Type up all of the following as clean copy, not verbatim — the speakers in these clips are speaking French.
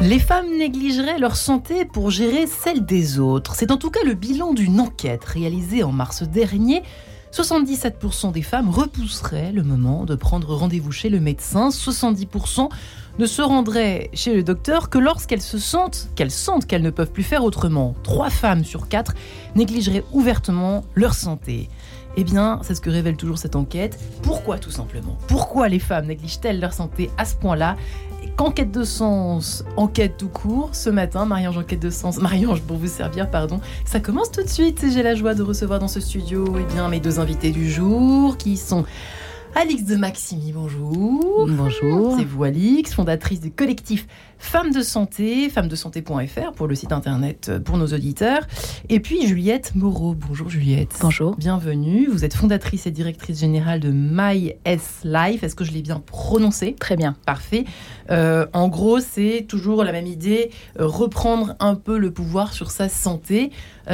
Les femmes négligeraient leur santé pour gérer celle des autres. C'est en tout cas le bilan d'une enquête réalisée en mars dernier. 77% des femmes repousseraient le moment de prendre rendez-vous chez le médecin. 70% ne se rendraient chez le docteur que lorsqu'elles sentent qu'elles ne peuvent plus faire autrement. 3 femmes sur 4 négligeraient ouvertement leur santé. Eh bien, c'est ce que révèle toujours cette enquête. Pourquoi, tout simplement ? Pourquoi les femmes négligent-elles leur santé à ce point-là ? Qu'enquête de sens, enquête tout court, ce matin, Marie-Ange enquête de sens, Marie-Ange pour vous servir, ça commence tout de suite. J'ai la joie de recevoir dans ce studio mes 2 invités du jour qui sont Alix de Maximi, bonjour. Bonjour. C'est vous Alix, fondatrice du collectif Femmes de Santé, femmesdesanté.fr pour le site internet pour nos auditeurs. Et puis Juliette Moreau, bonjour Juliette. Bonjour. Bienvenue, vous êtes fondatrice et directrice générale de My S Life. Est-ce que je l'ai bien prononcé ? Très bien. Parfait. En gros, c'est toujours la même idée, reprendre un peu le pouvoir sur sa santé.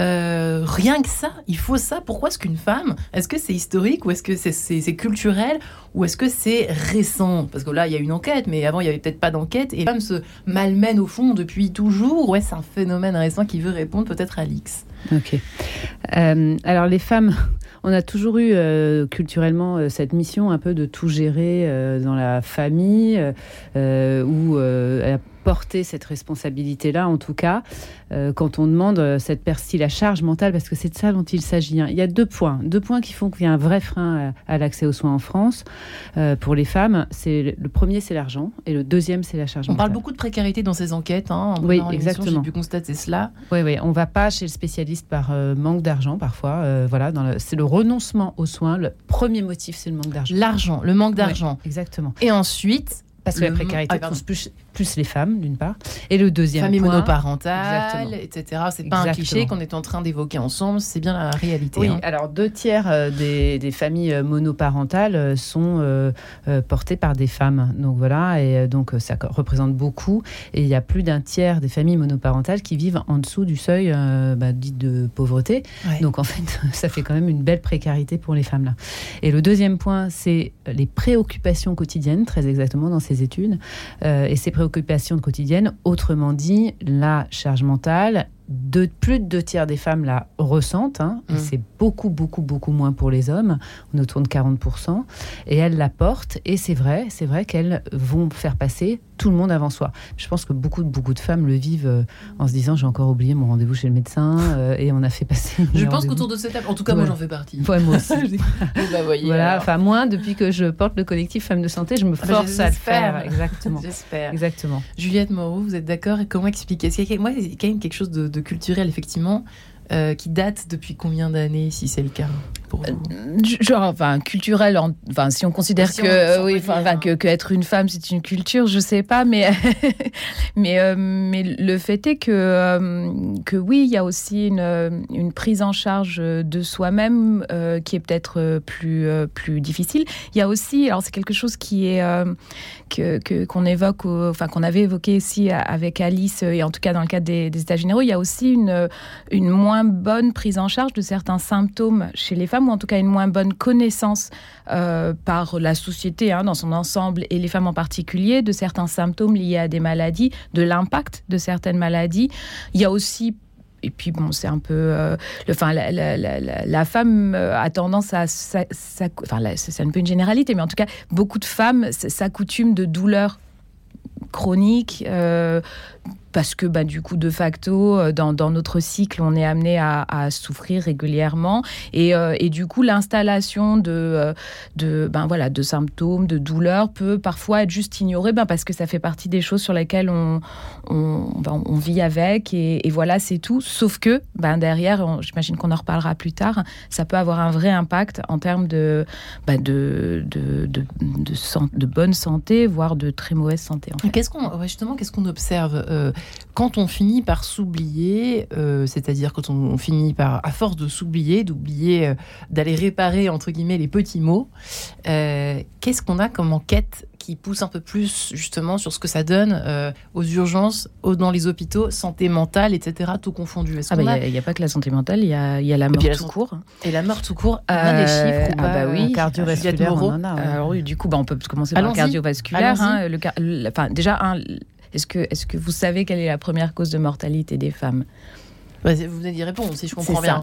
Rien que ça, il faut ça. Pourquoi est-ce qu'une femme, est-ce que c'est historique ou est-ce que c'est culturel ou est-ce que c'est récent ? Parce que là, il y a une enquête, mais avant, il n'y avait peut-être pas d'enquête. Et les femmes se malmènent au fond depuis toujours. Ouais, c'est un phénomène récent qui veut répondre peut-être à Alix. Ok. Alors, les femmes, on a toujours eu culturellement cette mission un peu de tout gérer dans la famille ou porter cette responsabilité-là, en tout cas, quand on demande cette la charge mentale, parce que c'est de ça dont il s'agit. Il y a 2 points qui font qu'il y a un vrai frein à l'accès aux soins en France pour les femmes. Le premier, c'est l'argent, et le deuxième, c'est la charge mentale. On parle beaucoup de précarité dans ces enquêtes. Oui, exactement. J'ai pu constater cela. Oui, on ne va pas chez le spécialiste par manque d'argent, parfois. C'est le renoncement aux soins. Le premier motif, c'est le manque d'argent. L'argent, le manque d'argent. Oui, exactement. Et ensuite... Parce que la précarité touche plus les femmes, d'une part. Et le deuxième famille point... monoparentale, etc. C'est pas un cliché qu'on est en train d'évoquer ensemble, c'est bien la réalité. Oui, alors 2/3 des familles monoparentales sont portées par des femmes. Donc voilà, et donc ça représente beaucoup. Et il y a plus d'1/3 des familles monoparentales qui vivent en dessous du seuil dit de pauvreté. Ouais. Donc en fait, ça fait quand même une belle précarité pour les femmes là. Et le deuxième point, c'est les préoccupations quotidiennes, très exactement dans ces études, et ces préoccupations quotidiennes, autrement dit, la charge mentale, plus de 2/3 des femmes la ressentent, et c'est beaucoup moins pour les hommes, on est autour de 40%, et elles la portent, et c'est vrai qu'elles vont faire passer tout le monde avant soi. Je pense que beaucoup de femmes le vivent en se disant, j'ai encore oublié mon rendez-vous chez le médecin, et on a fait passer... Je pense qu'autour de cette table, en tout cas, moi j'en fais partie. Ouais, moi aussi. Voyez, voilà, enfin moi, depuis que je porte le collectif Femmes de Santé, je me force à le faire. Exactement. J'espère. Exactement. Juliette Moreau, vous êtes d'accord ? Et comment expliquer ? Est-ce qu'il y a quand même quelque chose de culturel, effectivement, qui date depuis combien d'années, si c'est le cas pour vous ? Culturel, si on considère que être une femme, c'est une culture, je sais pas, mais le fait est que oui, il y a aussi une prise en charge de soi-même qui est peut-être plus difficile. Il y a aussi, alors c'est quelque chose qui est qu'on évoque, qu'on avait évoqué ici avec Alice, et en tout cas dans le cadre des États généraux, il y a aussi une moins bonne prise en charge de certains symptômes chez les femmes, ou en tout cas une moins bonne connaissance par la société dans son ensemble, et les femmes en particulier, de certains symptômes liés à des maladies, de l'impact de certaines maladies. Il y a aussi... Et puis c'est un peu... la femme a tendance à... c'est un peu une généralité, mais en tout cas, beaucoup de femmes s'accoutument de douleurs chroniques, parce que du coup, de facto, dans notre cycle, on est amené à souffrir régulièrement, et du coup, l'installation de symptômes, de douleurs peut parfois être juste ignorée, parce que ça fait partie des choses sur lesquelles on vit avec, et voilà, c'est tout. Sauf que derrière, j'imagine qu'on en reparlera plus tard, ça peut avoir un vrai impact en termes de bonne santé, voire de très mauvaise santé. En fait. Qu'est-ce qu'on observe quand on finit par s'oublier, c'est-à-dire quand on finit par, à force de s'oublier, d'aller réparer, entre guillemets, les petits maux, qu'est-ce qu'on a comme enquête qui pousse un peu plus justement sur ce que ça donne aux urgences, dans les hôpitaux, santé mentale, etc., tout confondu. Il n'y a pas que la santé mentale, il y a la mort tout court. Et la mort tout court, on a des chiffres ou pas? Oui, cardiovasculaire, on en a. Alors oui, du coup, on peut commencer par le cardiovasculaire. Est-ce que vous savez quelle est la première cause de mortalité des femmes ? Vous venez d'y répondre, si je comprends bien.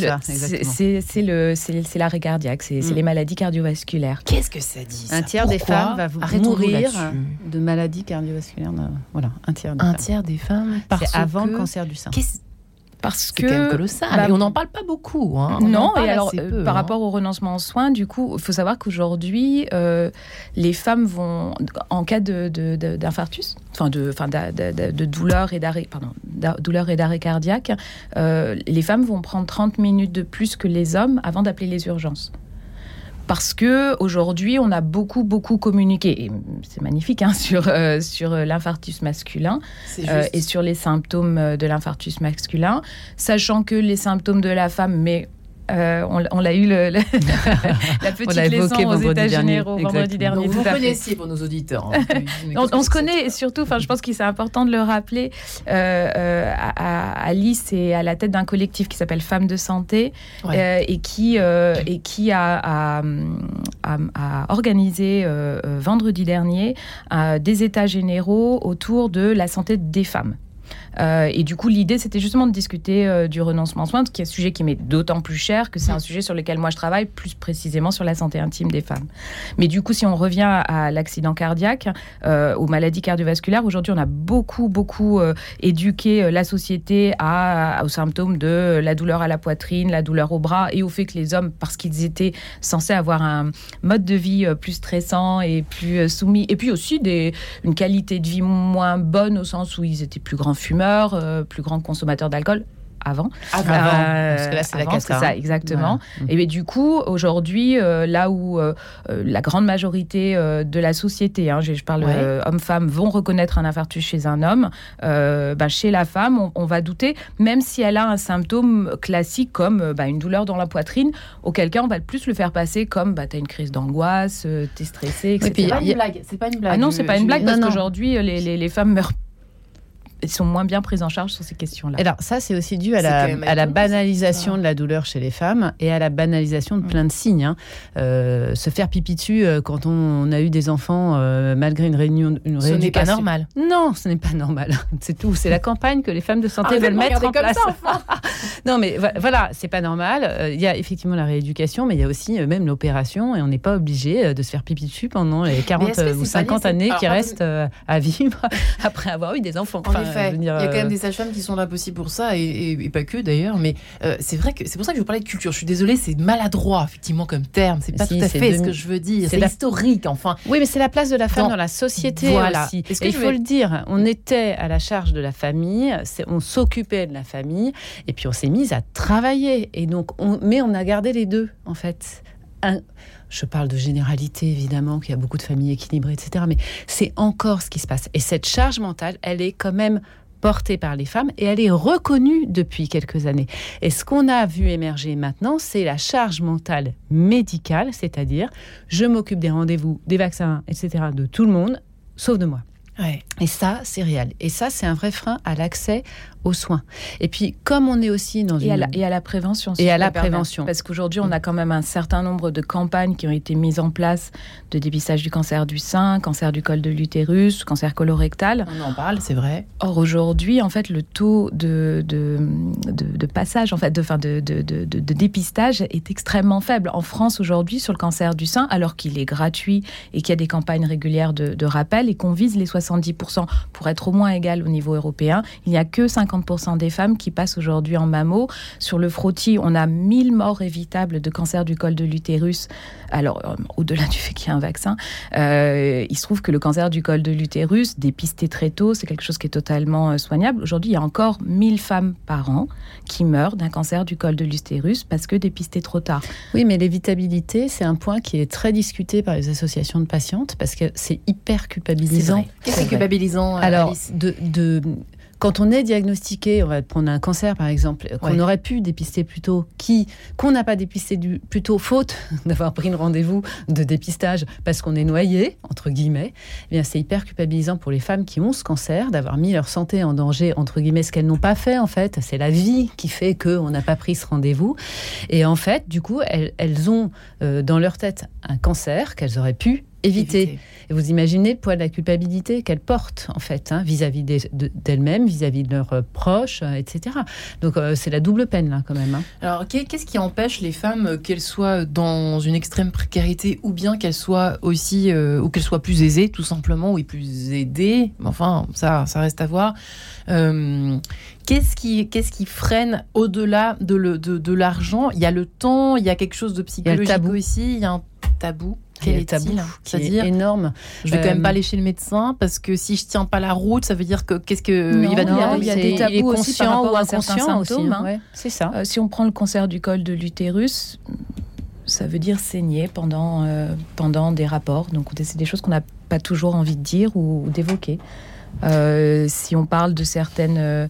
C'est l'arrêt cardiaque, c'est les maladies cardiovasculaires. Qu'est-ce que ça dit, ça ? Un tiers des femmes va mourir de maladies cardiovasculaires. Voilà, un tiers des femmes. C'est avant le cancer du sein. Parce que c'est quand même colossal. Et on n'en parle pas beaucoup. Non, et alors par rapport au renoncement aux soins, du coup, il faut savoir qu'aujourd'hui, les femmes vont, en cas d'infarctus, de douleur et d'arrêt cardiaque, les femmes vont prendre 30 minutes de plus que les hommes avant d'appeler les urgences. Parce que aujourd'hui, on a beaucoup communiqué, et c'est magnifique, sur l'infarctus masculin et sur les symptômes de l'infarctus masculin, sachant que les symptômes de la femme, mais on l'a eu la petite leçon aux états généraux vendredi dernier. Donc vous connaissiez pour nos auditeurs. On se connaît, et surtout, je pense que c'est important de le rappeler. Alice est à la tête d'un collectif qui s'appelle Femmes de Santé, et qui a organisé vendredi dernier des états généraux autour de la santé des femmes. Et du coup, l'idée, c'était justement de discuter du renoncement aux soins, qui est un sujet qui m'est d'autant plus cher que c'est un sujet sur lequel moi je travaille, plus précisément sur la santé intime des femmes. Mais du coup, si on revient à l'accident cardiaque, aux maladies cardiovasculaires, aujourd'hui, on a beaucoup éduqué la société aux symptômes de la douleur à la poitrine, la douleur au bras, et au fait que les hommes, parce qu'ils étaient censés avoir un mode de vie plus stressant et plus soumis, et puis aussi une qualité de vie moins bonne, au sens où ils étaient plus grands fumeurs, plus grands consommateurs d'alcool avant, parce que là c'est la cata. C'est ça, exactement. Ouais. Et bien, du coup, aujourd'hui, là où la grande majorité de la société, je parle hommes-femmes, vont reconnaître un infarctus chez un homme, chez la femme, on va douter, même si elle a un symptôme classique comme une douleur dans la poitrine, auquel cas on va plus le faire passer comme t'as une crise d'angoisse, t'es stressé, etc. C'est pas une blague. C'est pas une blague. Ah non, c'est pas une blague, parce qu'aujourd'hui, les femmes meurent. Ils sont moins bien prises en charge sur ces questions-là. Alors ça, c'est aussi dû à la banalisation de la douleur chez les femmes et à la banalisation de plein de signes. Se faire pipi dessus quand on a eu des enfants malgré une rééducation. Ce n'est pas normal. Non, ce n'est pas normal. C'est tout. C'est la campagne que les femmes de santé veulent mettre en place. Non, mais voilà, c'est pas normal. Il y a effectivement la rééducation, mais il y a aussi même l'opération, et on n'est pas obligé de se faire pipi dessus pendant les 40 ou 50 années qui restent à vivre après avoir eu des enfants. Il y a quand même des sages-femmes qui sont là aussi pour ça, et pas que d'ailleurs, mais c'est vrai que c'est pour ça que je vous parlais de culture. Je suis désolée, c'est maladroit effectivement comme terme, c'est pas tout à fait ce que je veux dire, c'est historique enfin. Oui, mais c'est la place de la femme dans la société aussi. Il faut le dire, on était à la charge de la famille, on s'occupait de la famille, et puis on s'est mise à travailler, et donc mais on a gardé les deux en fait. Je parle de généralité, évidemment, qu'il y a beaucoup de familles équilibrées, etc. Mais c'est encore ce qui se passe. Et cette charge mentale, elle est quand même portée par les femmes, et elle est reconnue depuis quelques années. Et ce qu'on a vu émerger maintenant, c'est la charge mentale médicale, c'est-à-dire je m'occupe des rendez-vous, des vaccins, etc., de tout le monde, sauf de moi. Ouais. Et ça, c'est réel. Et ça, c'est un vrai frein à l'accès aux soins. Et puis, comme on est aussi dans et à la prévention. Et à la prévention. Parce qu'aujourd'hui, on a quand même un certain nombre de campagnes qui ont été mises en place de dépistage du cancer du sein, cancer du col de l'utérus, cancer colorectal. On en parle, c'est vrai. Or, aujourd'hui, en fait, le taux de passage, en fait, de dépistage est extrêmement faible. En France, aujourd'hui, sur le cancer du sein, alors qu'il est gratuit et qu'il y a des campagnes régulières de rappel et qu'on vise les 70% pour être au moins égal au niveau européen, il n'y a que 50% des femmes qui passent aujourd'hui en mammo. Sur le frottis, on a 1000 morts évitables de cancer du col de l'utérus. Alors, au-delà du fait qu'il y a un vaccin, il se trouve que le cancer du col de l'utérus, dépisté très tôt, c'est quelque chose qui est totalement soignable. Aujourd'hui, il y a encore 1000 femmes par an qui meurent d'un cancer du col de l'utérus parce que dépisté trop tard. Oui, mais l'évitabilité, c'est un point qui est très discuté par les associations de patientes parce que c'est hyper culpabilisant. Qu'est-ce que c'est culpabilisant, Alors, Alice ? Quand on est diagnostiqué, on va prendre un cancer par exemple, qu'on aurait pu dépister plus tôt, qu'on n'a pas dépisté plus tôt, faute d'avoir pris le rendez-vous de dépistage parce qu'on est noyé, entre guillemets, eh bien c'est hyper culpabilisant pour les femmes qui ont ce cancer, d'avoir mis leur santé en danger, entre guillemets, ce qu'elles n'ont pas fait en fait. C'est la vie qui fait qu'on n'a pas pris ce rendez-vous. Et en fait, du coup, elles ont dans leur tête un cancer qu'elles auraient pu éviter. Et vous imaginez le poids de la culpabilité qu'elles portent, en fait, vis-à-vis d'elles-mêmes, vis-à-vis de leurs proches, etc. Donc, c'est la double peine, là, quand même. Alors, qu'est-ce qui empêche les femmes qu'elles soient dans une extrême précarité ou bien qu'elles soient aussi, ou qu'elles soient plus aisées, tout simplement, ou plus aidées? Enfin, ça reste à voir. Qu'est-ce qui freine au-delà de l'argent? Il y a le temps, il y a quelque chose de psychologique aussi, il y a un tabou. Quel est tabou qui est énorme. Je vais quand même pas aller chez le médecin parce que si je tiens pas la route, ça veut dire que il va dire. Il y a des tabous aussi par rapport à certains symptômes. Ouais, c'est ça. Si on prend le cancer du col de l'utérus, ça veut dire saigner pendant des rapports. Donc c'est des choses qu'on n'a pas toujours envie de dire ou d'évoquer. Si on parle de certaines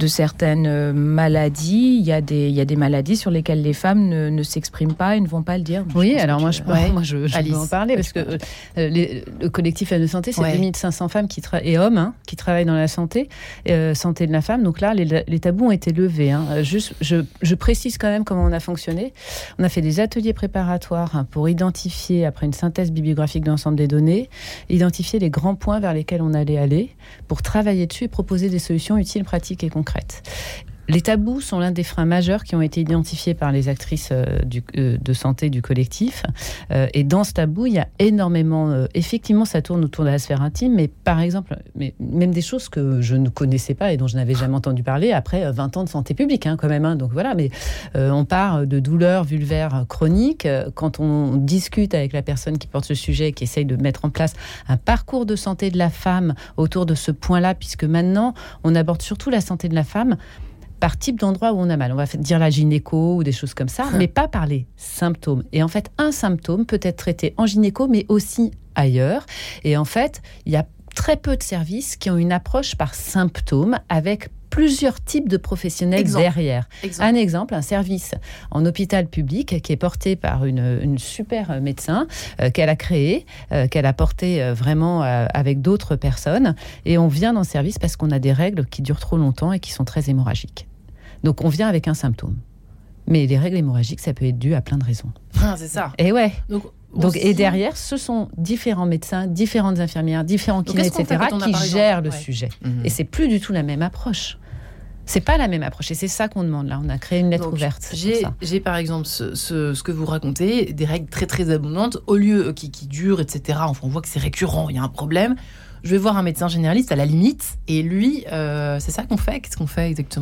maladies, il y a des maladies sur lesquelles les femmes ne s'expriment pas et ne vont pas le dire. Oui, alors moi je peux en parler parce que le collectif Femmes de Santé, c'est 2500 femmes et hommes qui travaillent dans la santé de la femme. Donc là, les tabous ont été levés. Juste, je précise quand même comment on a fonctionné. On a fait des ateliers préparatoires pour identifier, après une synthèse bibliographique de l'ensemble des données, identifier les grands points vers lesquels on allait aller pour travailler dessus et proposer des solutions utiles, pratiques et concrètes. Les tabous sont l'un des freins majeurs qui ont été identifiés par les actrices de santé du collectif. Et dans ce tabou, il y a énormément... effectivement, ça tourne autour de la sphère intime, mais par exemple, même des choses que je ne connaissais pas et dont je n'avais jamais entendu parler après 20 ans de santé publique, quand même. Donc voilà, mais on parle de douleurs vulvaires chroniques. Quand on discute avec la personne qui porte ce sujet et qui essaye de mettre en place un parcours de santé de la femme autour de ce point-là, puisque maintenant, on aborde surtout la santé de la femme par type d'endroit où on a mal. On va dire la gynéco ou des choses comme ça, mais pas par les symptômes. Et en fait, un symptôme peut être traité en gynéco, mais aussi ailleurs. Et en fait, il y a très peu de services qui ont une approche par symptômes avec plusieurs types de professionnels derrière. Un exemple, un service en hôpital public qui est porté par une super médecin qu'elle a créé, qu'elle a porté vraiment avec d'autres personnes. Et on vient dans le service parce qu'on a des règles qui durent trop longtemps et qui sont très hémorragiques. Donc on vient avec un symptôme. Mais les règles hémorragiques, ça peut être dû à plein de raisons. C'est ça. Et ouais. Donc, et derrière, ce sont différents médecins, différentes infirmières, différents kinés, etc., qui gèrent le sujet. Et c'est plus du tout la même approche. C'est pas la même approche. Et c'est ça qu'on demande là. On a créé une lettre ouverte. J'ai par exemple ce que vous racontez, des règles très très abondantes, au lieu qui durent, etc. Enfin, on voit que c'est récurrent, il y a un problème. Je vais voir un médecin généraliste à la limite, et lui, c'est ça qu'on fait. Qu'est-ce qu'on fait exactement?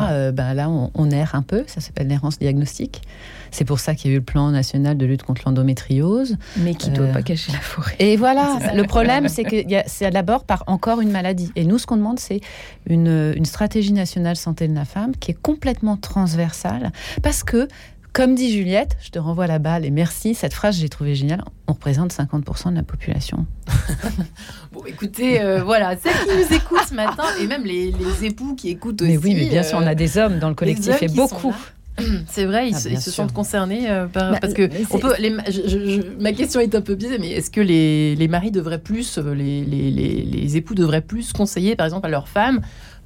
Là, on erre un peu. Ça s'appelle l'errance diagnostique. C'est pour ça qu'il y a eu le plan national de lutte contre l'endométriose. Mais qui ne doit pas cacher la forêt. Et voilà, le problème, c'est que c'est d'abord par encore une maladie. Et nous, ce qu'on demande, c'est une stratégie nationale santé de la femme qui est complètement transversale, parce que comme dit Juliette, je te renvoie la balle et merci, cette phrase, j'ai trouvé géniale, on représente 50% de la population. Bon, écoutez, voilà, celles qui nous écoutent ce matin, et même les époux qui écoutent aussi. Mais oui, mais bien sûr, on a des hommes dans le collectif et beaucoup. C'est vrai, ils se sentent concernés parce que ma question est un peu biaisée, mais est-ce que les maris devraient plus, les époux devraient plus conseiller, par exemple, à leurs femmes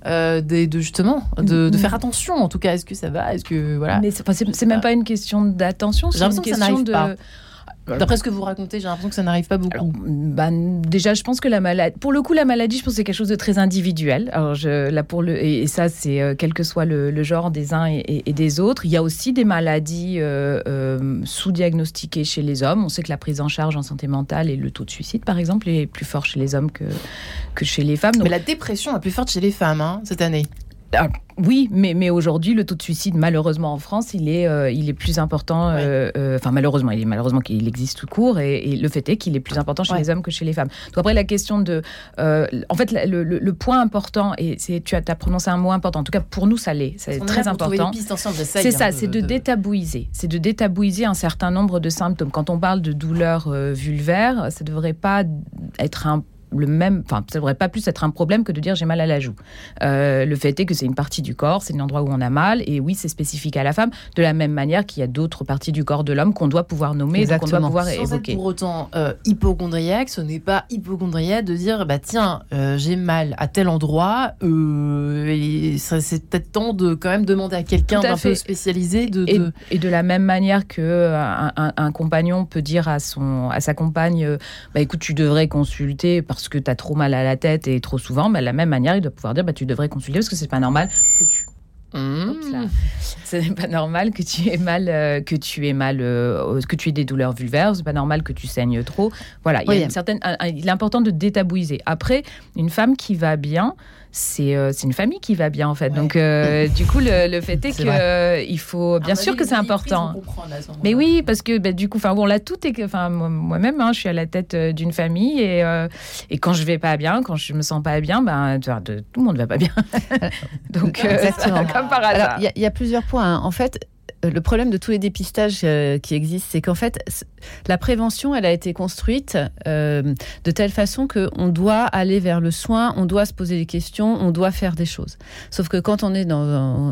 de faire attention, en tout cas? Est-ce que ça va? Est-ce que voilà? Mais c'est même pas une question d'attention, c'est une question de... D'après ce que vous racontez, j'ai l'impression que ça n'arrive pas beaucoup. Alors, déjà, je pense que la maladie, je pense que c'est quelque chose de très individuel. Alors, et ça, c'est quel que soit le genre des uns et des autres. Il y a aussi des maladies sous-diagnostiquées chez les hommes. On sait que la prise en charge en santé mentale et le taux de suicide, par exemple, est plus fort chez les hommes que chez les femmes. Donc, mais la dépression est plus forte chez les femmes cette année. Alors, oui, mais aujourd'hui, le taux de suicide, malheureusement, en France, il est plus important. Malheureusement qu'il existe tout court, et le fait est qu'il est plus important chez les hommes que chez les femmes. Donc après, la question de... en fait, le point important, et tu as prononcé un mot important, en tout cas pour nous, ça l'est, c'est très important. C'est ça, c'est de détabouiser. C'est de détabouiser un certain nombre de symptômes. Quand on parle de douleurs vulvaires, ça ne devrait pas être un ça devrait pas plus être un problème que de dire j'ai mal à la joue. Le fait est que c'est une partie du corps, c'est l'endroit où on a mal, et oui, c'est spécifique à la femme, de la même manière qu'il y a d'autres parties du corps de l'homme qu'on doit pouvoir nommer, qu'on doit pouvoir évoquer. Sans être pour autant hypocondriaque, ce n'est pas hypocondriaque de dire tiens, j'ai mal à tel endroit, et c'est peut-être temps de quand même demander à quelqu'un d'un peu spécialisé Et de la même manière que un compagnon peut dire à sa compagne écoute, tu devrais consulter parce que tu as trop mal à la tête et trop souvent, de la même manière, il doit pouvoir dire tu devrais consulter parce que c'est pas normal que tu... Ce n'est pas normal que tu aies mal, que tu aies des douleurs vulvaires. C'est pas normal que tu saignes trop. Voilà, il est important de détabouiser. Après, une femme qui va bien, c'est une famille qui va bien en fait. Ouais. Donc du coup, le fait est que il faut bien sûr que c'est important. Mais oui, parce que du coup, on l'a tout. Moi-même, je suis à la tête d'une famille et quand je vais pas bien, quand je me sens pas bien, tout le monde va pas bien. Donc exactement. Comme par hasard. Alors, il y a plusieurs points. En fait, le problème de tous les dépistages qui existent, c'est qu'en fait, la prévention, elle a été construite de telle façon qu'on doit aller vers le soin, on doit se poser des questions, on doit faire des choses. Sauf que quand on est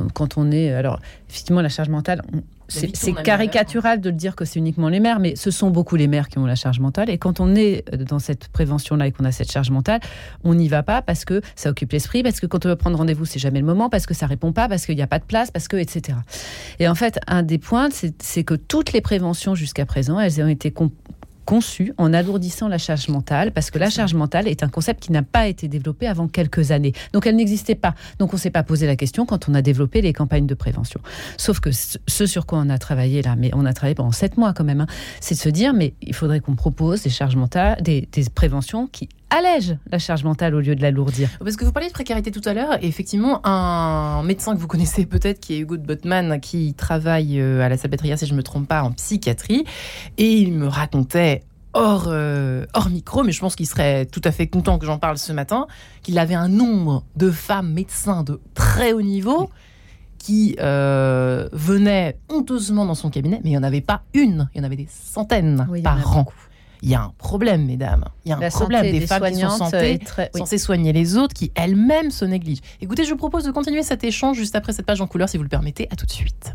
alors, effectivement, la charge mentale... C'est caricatural de le dire que c'est uniquement les mères, mais ce sont beaucoup les mères qui ont la charge mentale. Et quand on est dans cette prévention-là et qu'on a cette charge mentale, on n'y va pas parce que ça occupe l'esprit, parce que quand on veut prendre rendez-vous, c'est jamais le moment, parce que ça répond pas, parce qu'il n'y a pas de place, parce que, etc. Et en fait, un des points, c'est que toutes les préventions jusqu'à présent, elles ont été conçue en alourdissant la charge mentale, parce que la charge mentale est un concept qui n'a pas été développé avant quelques années. Donc elle n'existait pas. Donc on ne s'est pas posé la question quand on a développé les campagnes de prévention. Sauf que ce sur quoi on a travaillé là, mais on a travaillé pendant 7 mois quand même, c'est de se dire, mais il faudrait qu'on propose des charges mentales, des préventions qui allègent la charge mentale au lieu de l'alourdir. Parce que vous parliez de précarité tout à l'heure, et effectivement, un médecin que vous connaissez peut-être, qui est Hugo de Botman, qui travaille à la Salpêtrière, si je ne me trompe pas, en psychiatrie, et il me racontait hors micro, mais je pense qu'il serait tout à fait content que j'en parle ce matin, qu'il avait un nombre de femmes médecins de très haut niveau qui venaient honteusement dans son cabinet, mais il n'y en avait pas une, il y en avait des centaines par an. Il y a un problème, mesdames. Il y a un problème des femmes qui sont censées soigner les autres, qui elles-mêmes se négligent. Écoutez, je vous propose de continuer cet échange juste après cette page en couleur, si vous le permettez. À tout de suite.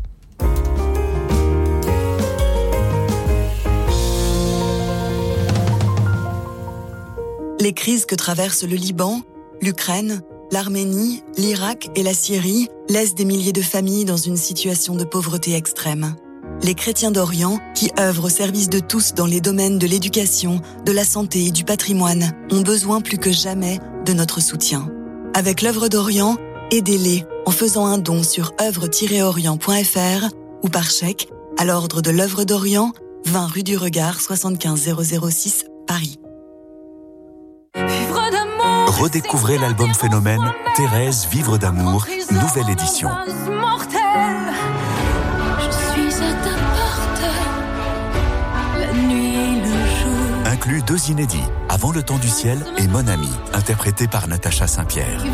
Les crises que traversent le Liban, l'Ukraine, l'Arménie, l'Irak et la Syrie laissent des milliers de familles dans une situation de pauvreté extrême. Les chrétiens d'Orient, qui œuvrent au service de tous dans les domaines de l'éducation, de la santé et du patrimoine, ont besoin plus que jamais de notre soutien. Avec l'œuvre d'Orient, aidez-les en faisant un don sur œuvre-orient.fr ou par chèque à l'ordre de l'œuvre d'Orient, 20 rue du Regard, 75 006, Paris. Redécouvrez l'album Phénomène, Thérèse, Vivre d'amour, nouvelle édition. Inclut 2 inédits, Avant le temps du ciel et Mon ami, interprété par Natacha Saint-Pierre.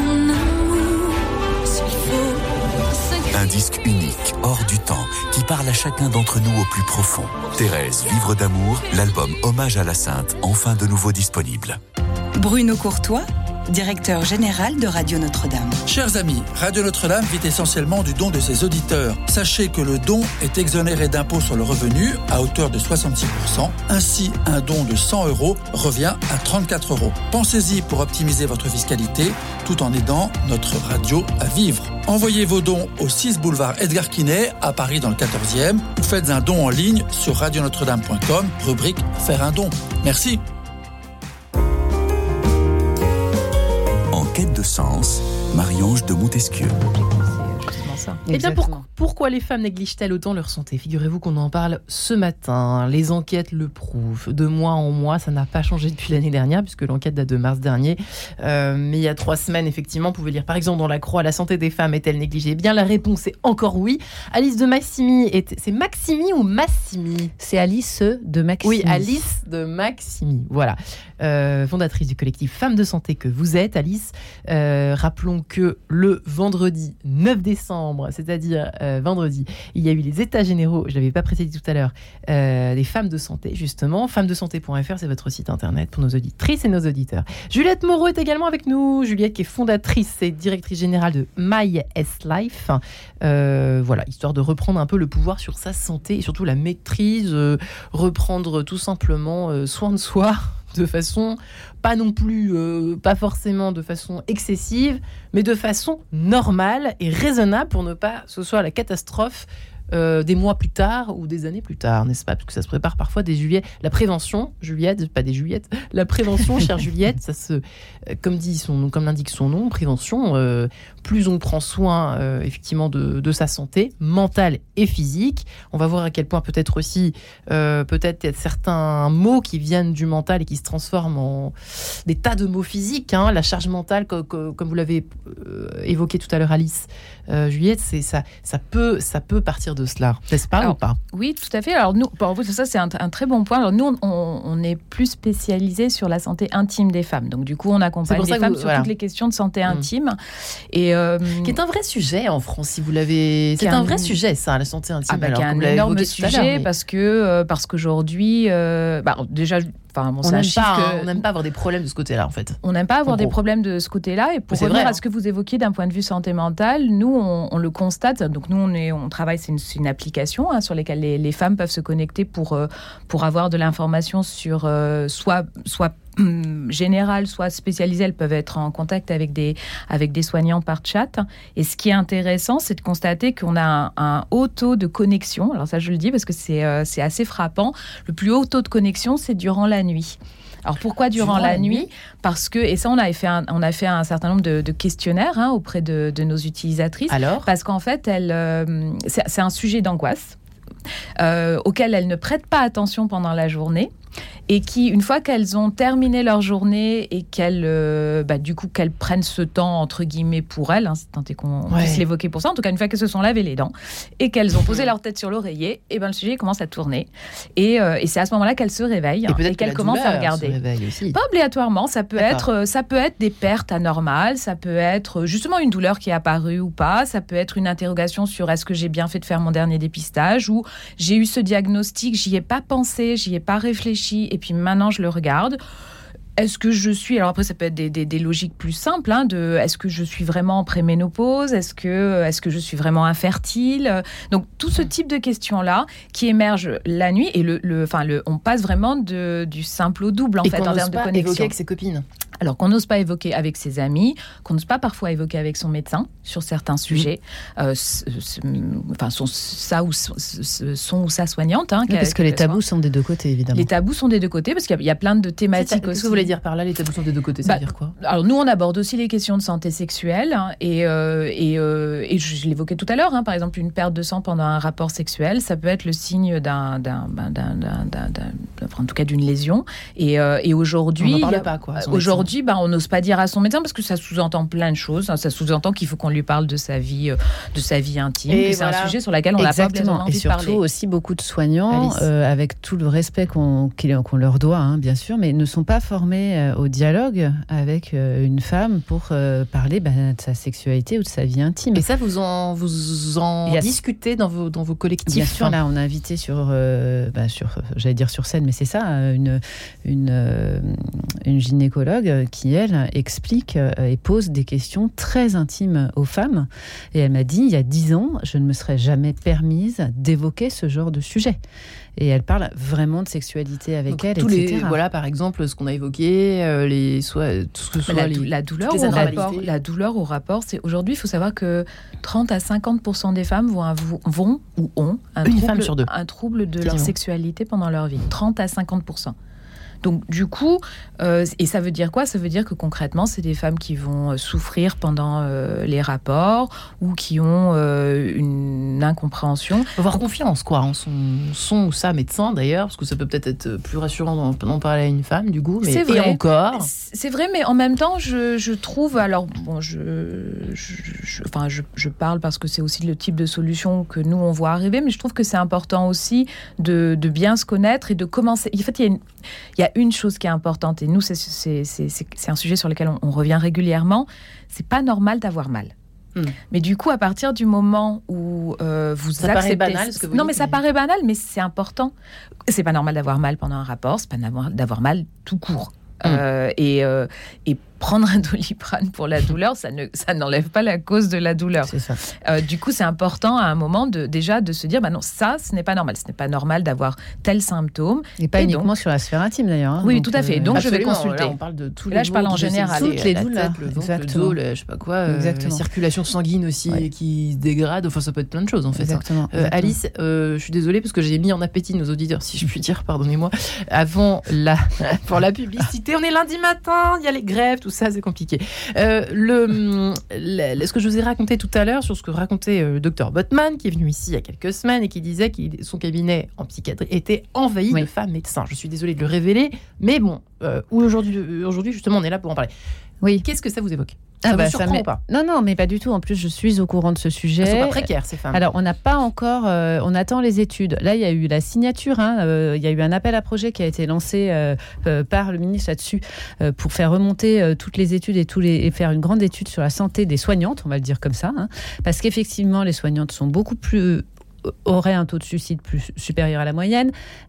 Un disque unique, hors du temps, qui parle à chacun d'entre nous au plus profond. Thérèse, Vivre d'amour, l'album Hommage à la Sainte, enfin de nouveau disponible. Bruno Courtois, directeur général de Radio Notre-Dame. Chers amis, Radio Notre-Dame vit essentiellement du don de ses auditeurs. Sachez que le don est exonéré d'impôt sur le revenu à hauteur de 66%. Ainsi, un don de 100 € revient à 34 €. Pensez-y pour optimiser votre fiscalité tout en aidant notre radio à vivre. Envoyez vos dons au 6 boulevard Edgar Quinet à Paris dans le 14e ou faites un don en ligne sur radionotre-dame.com, rubrique Faire un don. Merci. En quête de sens, Marie-Ange de Montesquieu. Eh bien, pourquoi les femmes négligent-elles autant leur santé ? Figurez-vous qu'on en parle ce matin. Les enquêtes le prouvent. De mois en mois, ça n'a pas changé depuis l'année dernière, puisque l'enquête date de mars dernier. Mais il y a 3 semaines, effectivement, on pouvait lire, par exemple, dans La Croix, la santé des femmes est-elle négligée ? Eh bien, la réponse est encore oui. Alice de Maximi, c'est Maximi ou Massimi ? C'est Alice de Maximi. Oui, Alice de Maximi, voilà. Fondatrice du collectif Femmes de Santé que vous êtes, Alice. Rappelons que le vendredi 9 décembre, c'est-à-dire vendredi, il y a eu les états généraux, je ne l'avais pas précisé tout à l'heure, des femmes de santé, justement. Femmesdesanté.fr, c'est votre site internet pour nos auditrices et nos auditeurs. Juliette Moreau est également avec nous. Juliette qui est fondatrice et directrice générale de My S-Life. Voilà, histoire de reprendre un peu le pouvoir sur sa santé et surtout la maîtrise, reprendre tout simplement soin de soi de façon, pas non plus, pas forcément de façon excessive, mais de façon normale et raisonnable pour ne pas que ce soit la catastrophe des mois plus tard ou des années plus tard, n'est-ce pas? Parce que ça se prépare parfois des juillets. La prévention, Juliette, pas des Juillettes, la prévention, chère Juliette, ça se, comme l'indique son nom, prévention, plus on prend soin effectivement de sa santé mentale et physique. On va voir à quel point peut-être aussi, peut-être il y a certains mots qui viennent du mental et qui se transforment en des tas de mots physiques. Hein. La charge mentale, comme vous l'avez évoqué tout à l'heure, Alice, Juliette, ça peut partir de cela, n'est-ce pas? Alors, ou pas? Oui, tout à fait. Alors nous, ça c'est un très bon point. Alors nous, on est plus spécialisé sur la santé intime des femmes. Donc du coup, on accompagne les femmes sur toutes les questions de santé intime. Et qui est un vrai sujet en France, si vous l'avez. C'est un vrai sujet, ça, la santé intime. Qui est un énorme sujet parce qu'aujourd'hui, déjà. Enfin, on n'aime pas avoir des problèmes de ce côté-là, en fait. On n'aime pas avoir des problèmes de ce côté-là. Et pour revenir à ce que vous évoquiez d'un point de vue santé mentale, nous, on le constate. Donc, nous, on travaille, c'est une application sur laquelle les femmes peuvent se connecter pour avoir de l'information sur soit générales, soit spécialisées. Elles peuvent être en contact avec des soignants par chat. Et ce qui est intéressant, c'est de constater qu'on a un haut taux de connexion. Alors ça, je le dis parce que c'est assez frappant. Le plus haut taux de connexion, c'est durant la nuit. Alors pourquoi durant la nuit? Parce que, et ça on a fait un certain nombre de questionnaires auprès de nos utilisatrices. Alors parce qu'en fait, c'est un sujet d'angoisse auquel elles ne prêtent pas attention pendant la journée. Et qui, une fois qu'elles ont terminé leur journée et qu'elles prennent ce temps, entre guillemets, pour elles, c'est tant est qu'on puisse l'évoquer pour ça, en tout cas, une fois qu'elles se sont lavées les dents et qu'elles ont posé leur tête sur l'oreiller, et le sujet commence à tourner. Et c'est à ce moment-là qu'elles se réveillent et qu'elles commencent à regarder. Pas obligatoirement, ça peut être des pertes anormales, ça peut être justement une douleur qui est apparue ou pas, ça peut être une interrogation sur est-ce que j'ai bien fait de faire mon dernier dépistage ou j'ai eu ce diagnostic, j'y ai pas pensé, j'y ai pas réfléchi, et puis maintenant je le regarde. Est-ce que je suis... Alors après, ça peut être des logiques plus simples, de est-ce que je suis vraiment en préménopause? Est-ce que je suis vraiment infertile? Donc, tout ce type de questions-là qui émergent la nuit, et on passe vraiment du simple au double, en fait, en termes de connexion. Évoquer avec ses copines. Alors qu'on n'ose pas évoquer avec ses amis, qu'on n'ose pas parfois évoquer avec son médecin sur certains sujets, son ou sa soignante. Parce que les tabous sont des deux côtés, évidemment. Les tabous sont des deux côtés, parce qu'il y a plein de thématiques aussi. Qu'est-ce que vous voulez dire par là, les tabous sont des deux côtés? Ça veut dire quoi? Alors nous, on aborde aussi les questions de santé sexuelle, et je l'évoquais tout à l'heure, par exemple, une perte de sang pendant un rapport sexuel, ça peut être le signe en tout cas d'une lésion. Et aujourd'hui... On n'en parle pas, quoi. Aujourd'hui, on n'ose pas dire à son médecin parce que ça sous-entend plein de choses. Ça sous-entend qu'il faut qu'on lui parle de sa vie intime. Et c'est un sujet sur lequel on n'a pas envie de parler. Et surtout aussi beaucoup de soignants, avec tout le respect qu'on leur doit, bien sûr, mais ne sont pas formés au dialogue avec une femme pour parler de sa sexualité ou de sa vie intime. Et ça, vous en discutez dans vos collectifs? Bien sûr, là, on a invité j'allais dire sur scène, mais c'est ça, une gynécologue qui, elle, explique et pose des questions très intimes aux femmes. Et elle m'a dit, il y a 10 ans, je ne me serais jamais permise d'évoquer ce genre de sujet. Et elle parle vraiment de sexualité avec donc, elle, etc. Par exemple, ce qu'on a évoqué, la douleur au rapport, c'est aujourd'hui, il faut savoir que 30 à 50% des femmes vont ou ont un trouble de leur sexualité pendant leur vie. 30 à 50%. Donc du coup, et ça veut dire quoi? Ça veut dire que concrètement, c'est des femmes qui vont souffrir pendant les rapports ou qui ont une incompréhension. Avoir confiance, quoi, en son ou sa médecin d'ailleurs, parce que ça peut peut-être être plus rassurant d'en parler à une femme, du coup. Mais c'est vrai. Et encore. C'est vrai, mais en même temps, je trouve, alors bon, je parle parce que c'est aussi le type de solution que nous on voit arriver, mais je trouve que c'est important aussi de bien se connaître et de commencer. En fait, il y a une chose qui est importante, et nous, c'est un sujet sur lequel on revient régulièrement, c'est pas normal d'avoir mal. Mais du coup, à partir du moment où vous ça acceptez... paraît banal, ce que vous non, dites, mais ça paraît banal, mais c'est important. C'est pas normal d'avoir mal pendant un rapport, c'est pas normal d'avoir mal tout court. Et prendre un Doliprane pour la douleur, ça n'enlève pas la cause de la douleur. C'est ça. Du coup, c'est important à un moment déjà de se dire, non, ça, ce n'est pas normal. Ce n'est pas normal d'avoir tel symptôme. Et pas uniquement sur la sphère intime, d'ailleurs. Hein, oui, tout à fait. Donc, je vais consulter. Là, on parle de tous les là, je parle en général. Toutes les douleurs. Le ventre, le dos, je sais pas quoi. La circulation sanguine aussi qui se dégrade. Enfin, ça peut être plein de choses, en fait. Exactement. Alice, je suis désolée parce que j'ai mis en appétit nos auditeurs, si je puis dire, pardonnez-moi, pour la publicité. On est lundi matin, il y a les grèves, tout ça, c'est compliqué. Ce que je vous ai raconté tout à l'heure sur ce que racontait le docteur Botman, qui est venu ici il y a quelques semaines et qui disait que son cabinet en psychiatrie était envahi de femmes médecins. Je suis désolée de le révéler, mais bon, aujourd'hui justement, on est là pour en parler. Oui. Qu'est-ce que ça vous évoque ? Ça vous surprend ou pas ? Non, mais pas du tout. En plus, je suis au courant de ce sujet. Elles sont pas précaires, ces femmes. Alors, on n'a pas encore... on attend les études. Là, il y a eu la signature. Il y a eu un appel à projet qui a été lancé par le ministre là-dessus pour faire remonter toutes les études et faire une grande étude sur la santé des soignantes, on va le dire comme ça. Parce qu'effectivement, les soignantes sont beaucoup plus... auraient un taux de suicide plus supérieur à la moyenne,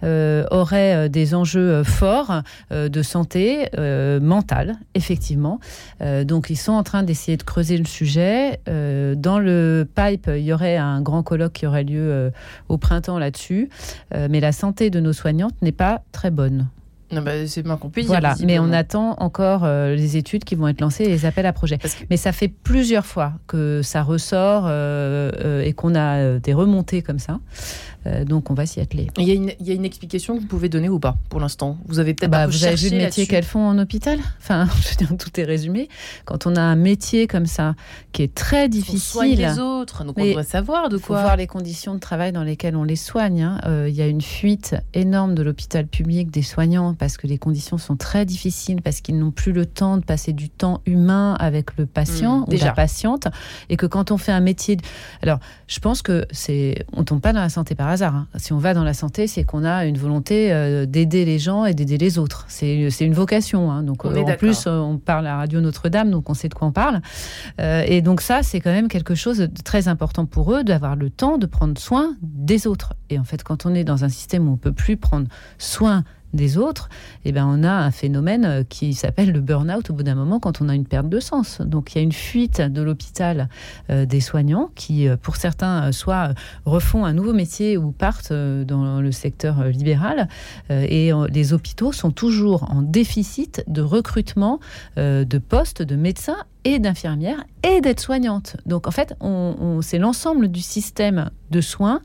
auraient des enjeux forts de santé mentale, effectivement. Donc, ils sont en train d'essayer de creuser le sujet. Dans le pipe, il y aurait un grand colloque qui aurait lieu au printemps là-dessus. Mais la santé de nos soignantes n'est pas très bonne. Non, c'est bien qu'on puisse dire. Voilà, mais on attend encore les études qui vont être lancées et les appels à projets. Mais ça fait plusieurs fois que ça ressort et qu'on a des remontées comme ça. Donc, on va s'y atteler. Il y a une explication que vous pouvez donner ou pas, pour l'instant ? Vous avez peut-être un peu vous avez cherché vu le métier là-dessus. qu'elles font en hôpital ? Enfin, je veux dire, tout est résumé. Quand on a un métier comme ça, qui est très difficile... On soigne les autres, donc on devrait savoir de quoi... Il faut voir les conditions de travail dans lesquelles on les soigne. Il y a une fuite énorme de l'hôpital public des soignants, parce que les conditions sont très difficiles, parce qu'ils n'ont plus le temps de passer du temps humain avec le patient ou la patiente, et que quand on fait un métier... Alors, je pense que on tombe pas dans la santé par hasard. Si on va dans la santé, c'est qu'on a une volonté d'aider les gens et d'aider les autres. C'est une vocation. Donc, en plus, on parle à Radio Notre-Dame, donc on sait de quoi on parle. Et donc ça, c'est quand même quelque chose de très important pour eux, d'avoir le temps de prendre soin des autres. Et en fait, quand on est dans un système où on ne peut plus prendre soin des autres, on a un phénomène qui s'appelle le burn-out au bout d'un moment quand on a une perte de sens. Donc il y a une fuite de l'hôpital des soignants qui, pour certains, soit refont un nouveau métier ou partent dans le secteur libéral. Et les hôpitaux sont toujours en déficit de recrutement de postes de médecins et d'infirmières et d'aides-soignantes. Donc en fait, c'est l'ensemble du système de soins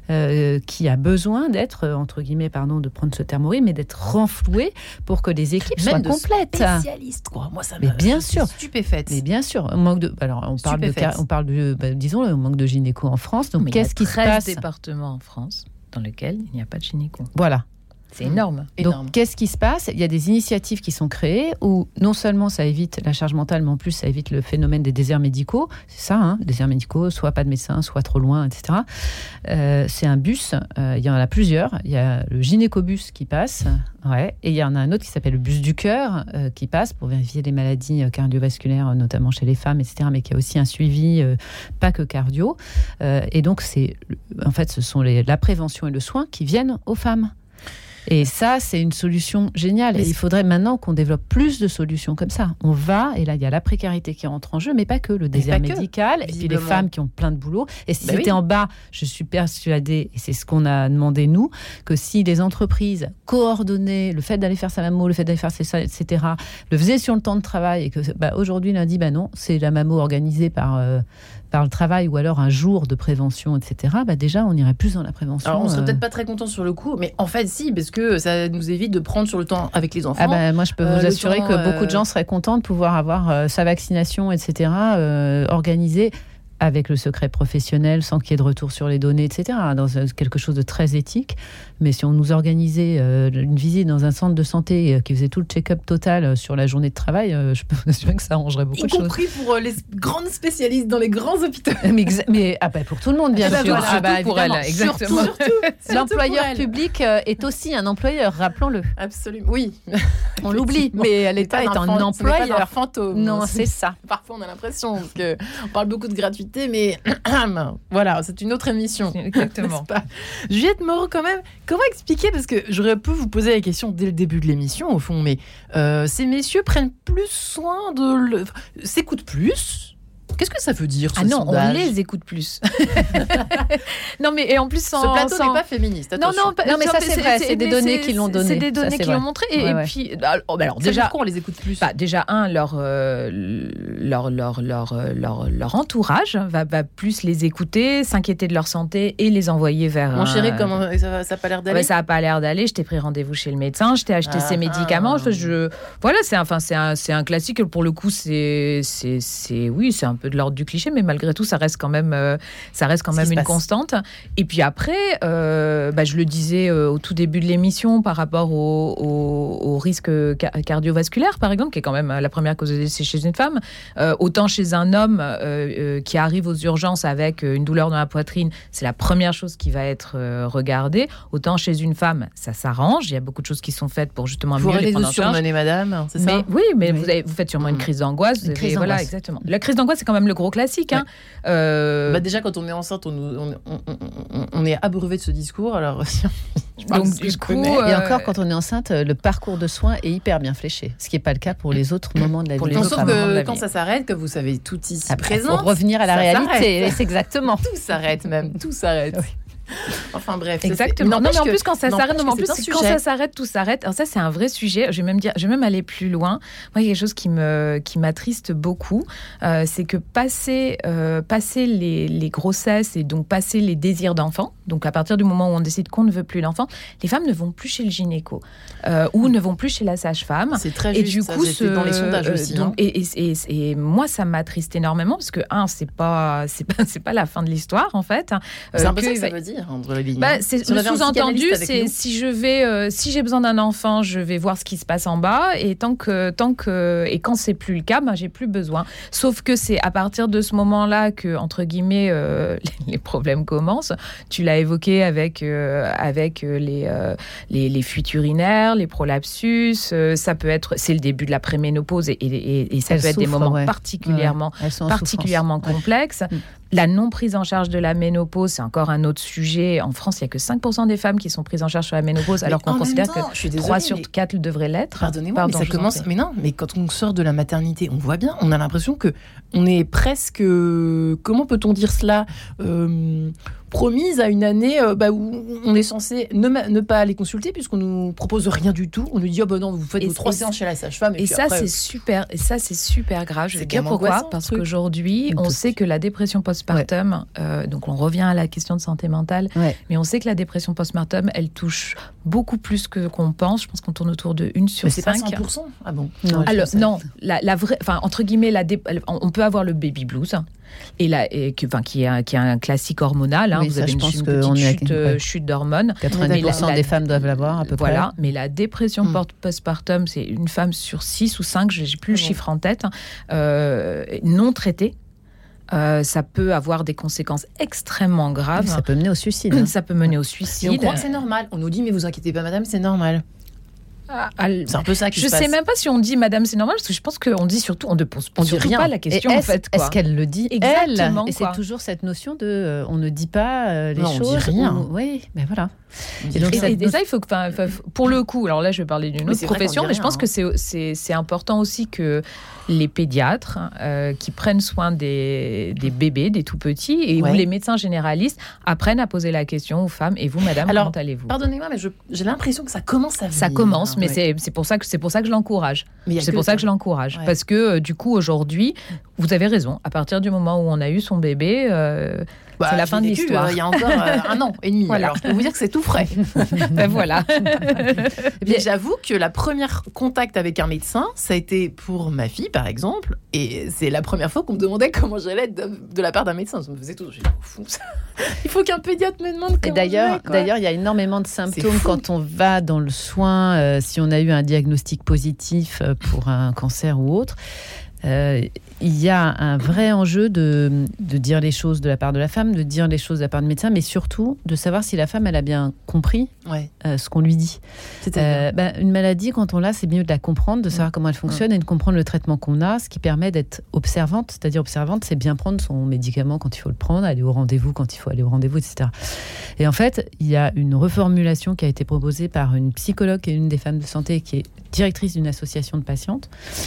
qui a besoin d'être, entre guillemets, pardon de prendre ce terme horrible, mais d'être renfloué pour que les équipes soient complètes. Spécialistes, quoi. Moi, ça m'a bien sûr stupéfaite. Mais bien sûr, on manque de. Alors, on parle de disons, on manque de gynéco en France. Donc, qu'est-ce qui se passe ? Il y a 13 départements en France dans lesquels il n'y a pas de gynéco. Voilà. C'est énorme. Donc, qu'est-ce qui se passe ? Il y a des initiatives qui sont créées où non seulement ça évite la charge mentale, mais en plus ça évite le phénomène des déserts médicaux. C'est ça, déserts médicaux, soit pas de médecin, soit trop loin, etc. C'est un bus, il y en a plusieurs. Il y a le gynécobus qui passe, et il y en a un autre qui s'appelle le bus du cœur qui passe pour vérifier les maladies cardiovasculaires, notamment chez les femmes, etc., mais qui a aussi un suivi, pas que cardio. Et donc, ce sont la prévention et le soin qui viennent aux femmes. Et ça, c'est une solution géniale. Et il faudrait maintenant qu'on développe plus de solutions comme ça. On va, et là, il y a la précarité qui rentre en jeu, mais pas que, le désert médical, et puis les femmes qui ont plein de boulot. Et si c'était en bas, je suis persuadée, et c'est ce qu'on a demandé, nous, que si les entreprises coordonnaient le fait d'aller faire sa mammo, le fait d'aller faire ça, etc., le faisaient sur le temps de travail, et que aujourd'hui, lundi, non, c'est la mammo organisée par le travail, ou alors un jour de prévention, etc., déjà, on irait plus dans la prévention. Alors, on serait peut-être pas très content sur le coup, mais en fait, si, parce que ça nous évite de prendre sur le temps avec les enfants. Moi, je peux vous assurer que beaucoup de gens seraient contents de pouvoir avoir sa vaccination, etc., organisée avec le secret professionnel, sans qu'il y ait de retour sur les données, etc. Dans quelque chose de très éthique. Mais si on nous organisait une visite dans un centre de santé qui faisait tout le check-up total sur la journée de travail, je peux vous assurer que ça arrangerait beaucoup de choses. Y compris pour les grandes spécialistes dans les grands hôpitaux. Mais pour tout le monde, bien sûr. Surtout pour elle, exactement. Surtout l'employeur public est aussi un employeur, rappelons-le. Absolument, oui. On l'oublie, mais l'État est un employeur. Pas un fantôme. Non, c'est ça. Parfois, on a l'impression, parce qu'on parle beaucoup de gratuité, mais voilà, c'est une autre émission. Exactement. Juliette Moreau, quand même, comment expliquer, parce que j'aurais pu vous poser la question dès le début de l'émission, au fond, mais ces messieurs prennent plus soin s'écoutent plus. Qu'est-ce que ça veut dire, ce sondage ? On les écoute plus. Non, mais et en plus, ce plateau n'est pas féministe. Attention. Non, mais ça c'est vrai, c'est des données qui l'ont donné. C'est des données qui l'ont montré. Et puis, alors déjà, pourquoi on les écoute plus ? Déjà, leur entourage va plus les écouter, s'inquiéter de leur santé et les envoyer vers. Mon chéri, comment ça n'a pas l'air d'aller ? Ça n'a pas l'air d'aller. Je t'ai pris rendez-vous chez le médecin. Je t'ai acheté ces médicaments. Voilà, c'est un classique. Pour le coup, c'est un peu de l'ordre du cliché, mais malgré tout, ça reste quand même une constante. Et puis après, je le disais au tout début de l'émission par rapport au risque cardiovasculaire, par exemple, qui est quand même la première cause de décès chez une femme. Autant chez un homme qui arrive aux urgences avec une douleur dans la poitrine, c'est la première chose qui va être regardée. Autant chez une femme, ça s'arrange. Il y a beaucoup de choses qui sont faites pour justement mieux les prendre en charge. Vous surmenez, madame, c'est ça ? Mais vous faites sûrement une crise d'angoisse. Voilà, exactement. La crise d'angoisse, c'est quand même le gros classique. Ouais. Déjà, quand on est enceinte, on est abreuvé de ce discours. Alors, donc du coup, et encore, quand on est enceinte, le parcours de soins est hyper bien fléché, ce qui n'est pas le cas pour les autres moments de la vie. Sauf que quand ça s'arrête, que vous savez tout ici présent, pour revenir à la réalité, c'est exactement. Tout s'arrête même, tout s'arrête. Oui. Enfin bref, exactement. Non, mais en plus quand ça s'arrête, ça s'arrête, tout s'arrête. Alors ça c'est un vrai sujet. Je vais même aller plus loin. Moi, il y a quelque chose qui m'attriste beaucoup, c'est que passer les grossesses et donc passer les désirs d'enfant. Donc à partir du moment où on décide qu'on ne veut plus d'enfant, les femmes ne vont plus chez le gynéco ou ne vont plus chez la sage-femme. C'est très juste. Et du coup, dans les sondages aussi. Donc, et moi, ça m'attriste énormément parce que c'est pas la fin de l'histoire en fait. C'est un peu ça que ça veut dire. Entre les lignes. Le sous-entendu, c'est si j'ai besoin d'un enfant, je vais voir ce qui se passe en bas, et et quand c'est plus le cas, j'ai plus besoin. Sauf que c'est à partir de ce moment-là que, entre guillemets, les problèmes commencent. Tu l'as évoqué avec les fuites urinaires, les prolapsus. Ça peut être, c'est le début de la préménopause et ça peut être des moments particulièrement complexes. La non-prise en charge de la ménopause, c'est encore un autre sujet. En France, il n'y a que 5% des femmes qui sont prises en charge sur la ménopause, alors qu'on considère que 3 sur 4 devraient l'être. Pardonnez-moi, mais ça commence... Mais non, mais quand on sort de la maternité, on voit bien, on a l'impression qu'on est presque... Comment peut-on dire cela promise à une année où on est censé ne pas aller consulter puisqu'on nous propose rien du tout. On nous dit non, vous faites vos 3 séances chez la sage-femme. Et ça, c'est super. Et ça, c'est super grave. Je vais dire pourquoi. Parce qu'aujourd'hui, on sait que la dépression postpartum, donc on revient à la question de santé mentale, mais on sait que la dépression postpartum, elle touche beaucoup plus que qu'on pense. Je pense qu'on tourne autour de 1 sur 5. C'est pas 100%. Ah bon ? Non, la vraie, entre guillemets, on peut avoir le baby blues. Qui est un classique hormonal. Vous avez une petite chute d'hormones. 90% des femmes doivent l'avoir à peu près. Voilà, mais la dépression postpartum, c'est une femme sur 6 ou 5, j'ai plus le chiffre en tête, non traitée. Ça peut avoir des conséquences extrêmement graves. Ça peut mener au suicide. Ça peut mener au suicide. Et on croit que c'est normal. On nous dit, mais vous inquiétez pas, madame, c'est normal. C'est un peu ça qui se passe. Je sais même pas si on dit madame c'est normal, parce que je pense qu'on dit surtout on ne pose surtout pas la question. Est-ce qu'elle le dit exactement, elle ? Et c'est toujours cette notion de on ne dit pas les choses. On dit rien. Oui, mais voilà. Et donc ça, il faut que, pour le coup, alors là je vais parler d'une autre profession, mais je pense que c'est important aussi que les pédiatres qui prennent soin des bébés, des tout petits, et où les médecins généralistes apprennent à poser la question aux femmes. Et vous, madame, comment allez-vous ? Pardonnez-moi, mais j'ai l'impression que ça commence à venir. Ça commence, mais c'est pour ça que je l'encourage. C'est pour ça que je l'encourage, parce que du coup aujourd'hui, vous avez raison. À partir du moment où on a eu son bébé, c'est la fin de l'histoire. Il y a encore 1 an et demi. Voilà. Alors, je peux vous dire que c'est tout frais. Ben voilà. Mais j'avoue que la première contact avec un médecin, ça a été pour ma fille, par exemple. Et c'est la première fois qu'on me demandait comment j'allais de la part d'un médecin. Ça me faisait tout. Il faut qu'un pédiatre me demande comment d'ailleurs, il y a énormément de symptômes quand on va dans le soin, si on a eu un diagnostic positif pour un cancer ou autre. Il y a un vrai enjeu de dire les choses de la part de la femme, de dire les choses de la part du médecin, mais surtout de savoir si la femme elle a bien compris ce qu'on lui dit. Une maladie, quand on l'a, c'est mieux de la comprendre, de savoir comment elle fonctionne et de comprendre le traitement qu'on a, ce qui permet d'être observante. C'est-à-dire observante, c'est bien prendre son médicament quand il faut le prendre, aller au rendez-vous quand il faut aller au rendez-vous, etc. Et en fait, il y a une reformulation qui a été proposée par une psychologue et une des femmes de santé qui est directrice d'une association de patientes,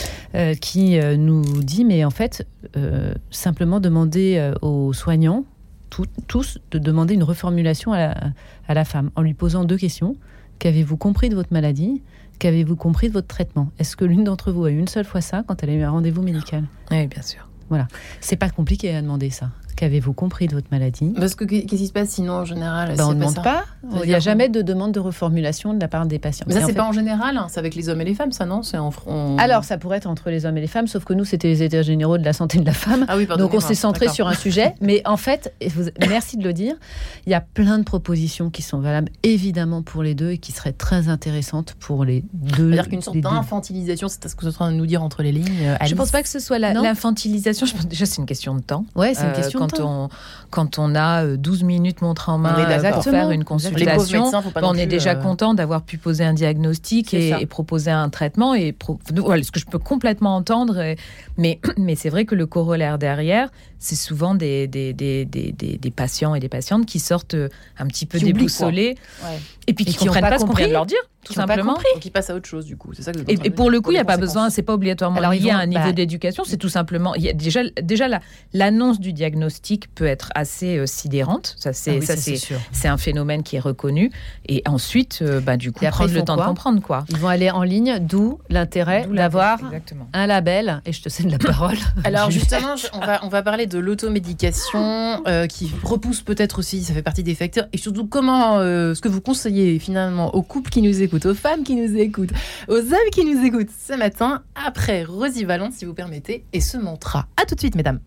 qui nous dit, mais en fait, simplement demander aux soignants, tous, de demander une reformulation à la femme, en lui posant 2 questions. Qu'avez-vous compris de votre maladie ? Qu'avez-vous compris de votre traitement ? Est-ce que l'une d'entre vous a eu une seule fois ça quand elle a eu un rendez-vous médical ? Oui, bien sûr. Voilà. C'est pas compliqué à demander ça. Qu'avez-vous compris de votre maladie ? Parce que qu'est-ce qui se passe sinon en général ? On ne demande pas. Il n'y a jamais de demande de reformulation de la part des patients. Mais ça, c'est pas en général, c'est avec les hommes et les femmes, ça, non ? Alors, ça pourrait être entre les hommes et les femmes, sauf que nous, c'était les états généraux de la santé de la femme. Ah oui, donc, on s'est centré sur un sujet. Mais en fait, merci de le dire, il y a plein de propositions qui sont valables, évidemment, pour les deux et qui seraient très intéressantes pour les deux. C'est-à-dire qu'une sorte d'infantilisation, c'est ce que vous êtes en train de nous dire entre les lignes, Alice. Je ne pense pas que ce soit l'infantilisation. Je pense déjà, c'est une question de temps. Ouais, c'est une question de temps. Quand on a 12 minutes montre en main pour faire une consultation, on est déjà content d'avoir pu poser un diagnostic et proposer un traitement. Voilà, ce que je peux complètement entendre. Mais c'est vrai que le corollaire derrière, c'est souvent des patients et des patientes qui sortent un petit peu déboussolés et puis qui ne comprennent pas ce qu'on vient de leur dire. Tout simplement. Donc ils passent à autre chose, du coup. C'est ça que et pour le coup, il n'y a pas besoin, c'est pas obligatoirement lié à un niveau d'éducation, c'est tout simplement. Il y a déjà l'annonce du diagnostic peut être assez sidérante. Ça, c'est un phénomène qui est reconnu. Et ensuite, du coup, prendre le temps de comprendre, quoi. Ils vont aller en ligne, d'où l'intérêt d'avoir un label. Et je te cède la parole. Alors justement, on va parler de l'automédication qui repousse peut-être aussi, ça fait partie des facteurs. Et surtout, comment, ce que vous conseillez finalement aux couples qui nous écoutent, aux femmes qui nous écoutent, aux hommes qui nous écoutent ce matin, après Rosie Valente, si vous permettez, et ce mantra. À tout de suite, mesdames.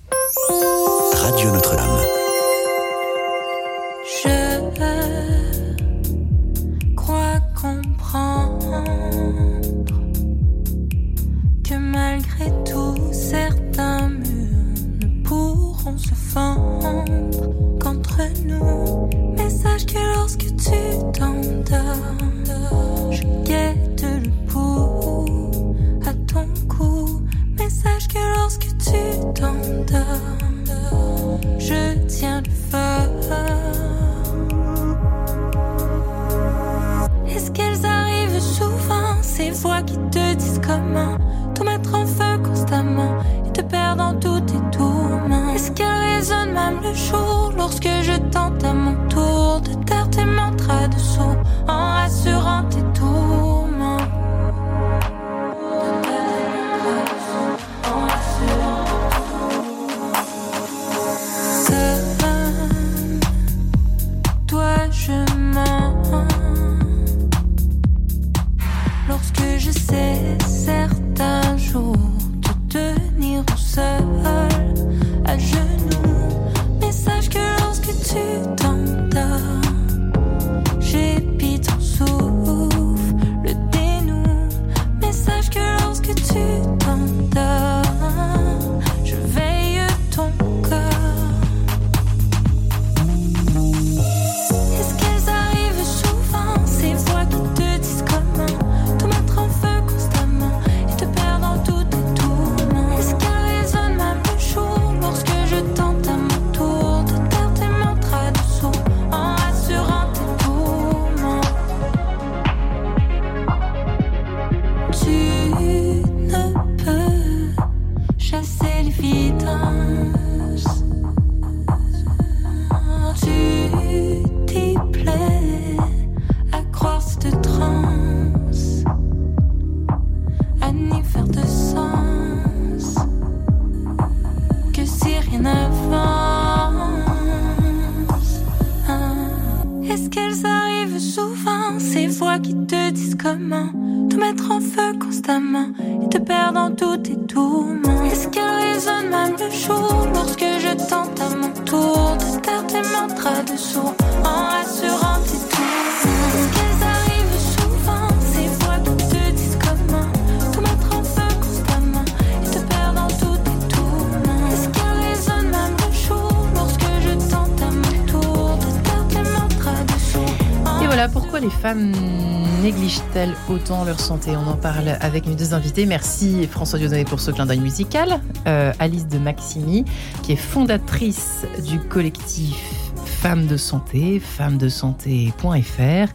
Radio Notre-Dame. Je crois comprendre que malgré tout, certains murs ne pourront se fendre qu'entre nous. Mais sache que lorsque tu t'endors, je guette le pouls à ton cou. Mais sache que lorsque tu t'endors, je tiens le fort. Est-ce qu'elles arrivent souvent, ces voix qui te disent comment tout mettre en feu constamment et te perdre dans tous tes tourments? Est-ce qu'elles résonnent même le jour lorsque je tente à mon tour de taire tes mantras de sourd en rassurant tes tourments? Toi je mens lorsque je sais certains jours te tenir au sol à genoux. Mais sache que lorsque tu t'endors, j'épie ton souffle, le dénoue. Mais sache que lorsque tu t'endors, je veille ton corps. Est-ce qu'elles arrivent souvent, ces voix qui te disent comment tout mettre en feu constamment et te perdre dans tous tes tourments? Est-ce qu'elles résonnent même le jour lorsque je tente à mon tour de taire tes mantras de sourd en rassurant tes tourments? Tu ne peux chasser l'évidence. Tu t'y plais à croire cette transe, à n'y faire de sens. voix qui te disent comment te mettre en feu constamment et te perdre dans tous tes tourments. Est-ce qu'elle résonne même le jour lorsque je tente à mon tour de taire tes mantras de sourd en rassurant tes tours? Est-ce qu'elles arrivent souvent, ces voix qui te disent comment te mettre en feu constamment et te perdre dans tous tes tourments? Est-ce qu'elles résonnent même le jour lorsque je tente à mon tour de taire tes mantras de sourd? Et voilà pourquoi les femmes négligent-elles autant leur santé. On en parle avec mes deux invités. Merci François Dieudonné pour ce clin d'œil musical. Alice de Maximi, qui est fondatrice du collectif Femmes de Santé, femmesdesanté.fr,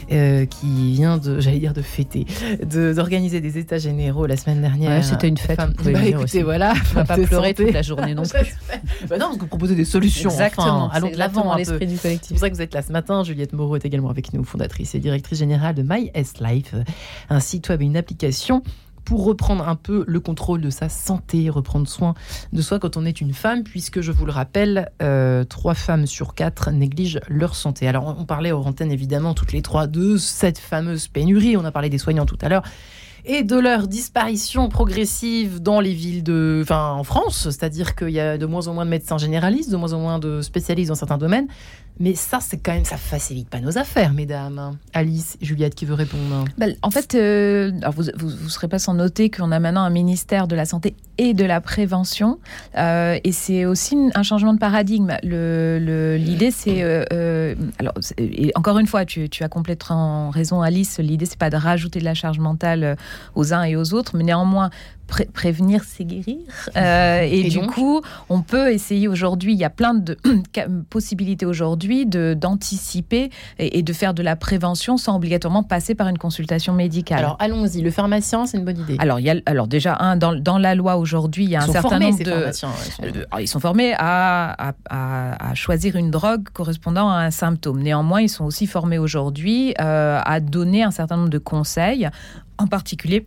qui vient de fêter, d'organiser des états généraux la semaine dernière. Ouais, c'était une fête. Écoutez, aussi. Voilà, on va pas pleurer toute la journée non plus. Non, parce que vous proposez des solutions. Exactement. Enfin, allons de l'avant dans l'esprit du collectif. C'est pour ça que vous êtes là ce matin. Juliette Moreau est également avec nous, fondatrice et directrice générale de My Health Life, un site web et une application pour reprendre un peu le contrôle de sa santé, reprendre soin de soi quand on est une femme, puisque, je vous le rappelle, 3 femmes sur 4 négligent leur santé. Alors, on parlait hors antenne, évidemment, toutes les 3 de cette fameuse pénurie. On a parlé des soignants tout à l'heure. Et de leur disparition progressive dans les villes en France, c'est-à-dire qu'il y a de moins en moins de médecins généralistes, de moins en moins de spécialistes dans certains domaines. Mais ça, c'est quand même, ça facilite pas nos affaires, mesdames. Alice, Juliette, qui veut répondre? En fait, alors vous serez pas sans noter qu'on a maintenant un ministère de la santé et de la prévention, et c'est aussi un changement de paradigme. L'idée, c'est alors, et encore une fois, tu as complètement raison, Alice. L'idée, c'est pas de rajouter de la charge mentale aux uns et aux autres, mais néanmoins prévenir, c'est guérir. Et du coup, on peut essayer aujourd'hui, il y a plein de possibilités aujourd'hui d'anticiper et de faire de la prévention sans obligatoirement passer par une consultation médicale. Alors, allons-y. Le pharmacien, c'est une bonne idée. Alors déjà, dans la loi aujourd'hui, il y a un certain nombre de... Ils sont formés à choisir une drogue correspondant à un symptôme. Néanmoins, ils sont aussi formés aujourd'hui à donner un certain nombre de conseils, en particulier...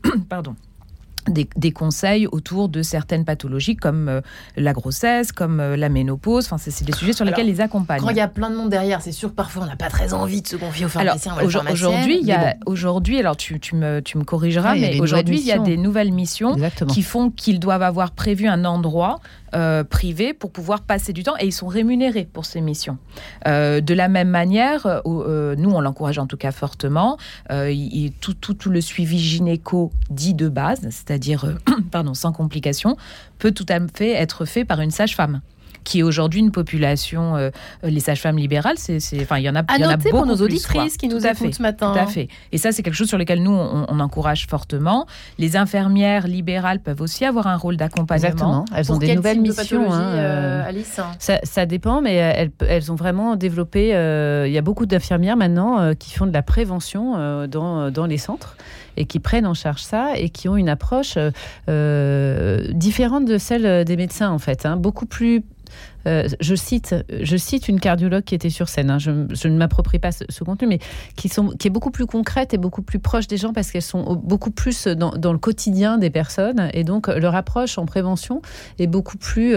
Des conseils autour de certaines pathologies comme la grossesse, comme la ménopause. Enfin, c'est des sujets sur lesquels ils accompagnent. Quand il y a plein de monde derrière, c'est sûr que parfois on n'a pas très envie de se confier au pharmacien. Aujourd'hui, alors tu me corrigeras, mais aujourd'hui, il y a des nouvelles missions qui font qu'ils doivent avoir prévu un endroit privé pour pouvoir passer du temps, et ils sont rémunérés pour ces missions. De la même manière, nous, on l'encourage en tout cas fortement. Tout le suivi gynéco dit de base, c'est-à-dire sans complications, peut tout à fait être fait par une sage-femme, qui est aujourd'hui une population, les sages-femmes libérales, il y en a beaucoup pour nos plus, auditrices qui nous écoutent ce matin. Tout à fait. Et ça, c'est quelque chose sur lequel nous, on encourage fortement. Les infirmières libérales peuvent aussi avoir un rôle d'accompagnement. Exactement. Elles ont des nouvelles missions. Alice, ça dépend, mais elles ont vraiment développé... il y a beaucoup d'infirmières maintenant qui font de la prévention dans les centres et qui prennent en charge ça et qui ont une approche différente de celle des médecins, en fait. Beaucoup plus... je cite une cardiologue qui était sur scène, je ne m'approprie pas ce contenu, mais qui est beaucoup plus concrète et beaucoup plus proche des gens, parce qu'elles sont beaucoup plus dans le quotidien des personnes, et donc leur approche en prévention est beaucoup plus...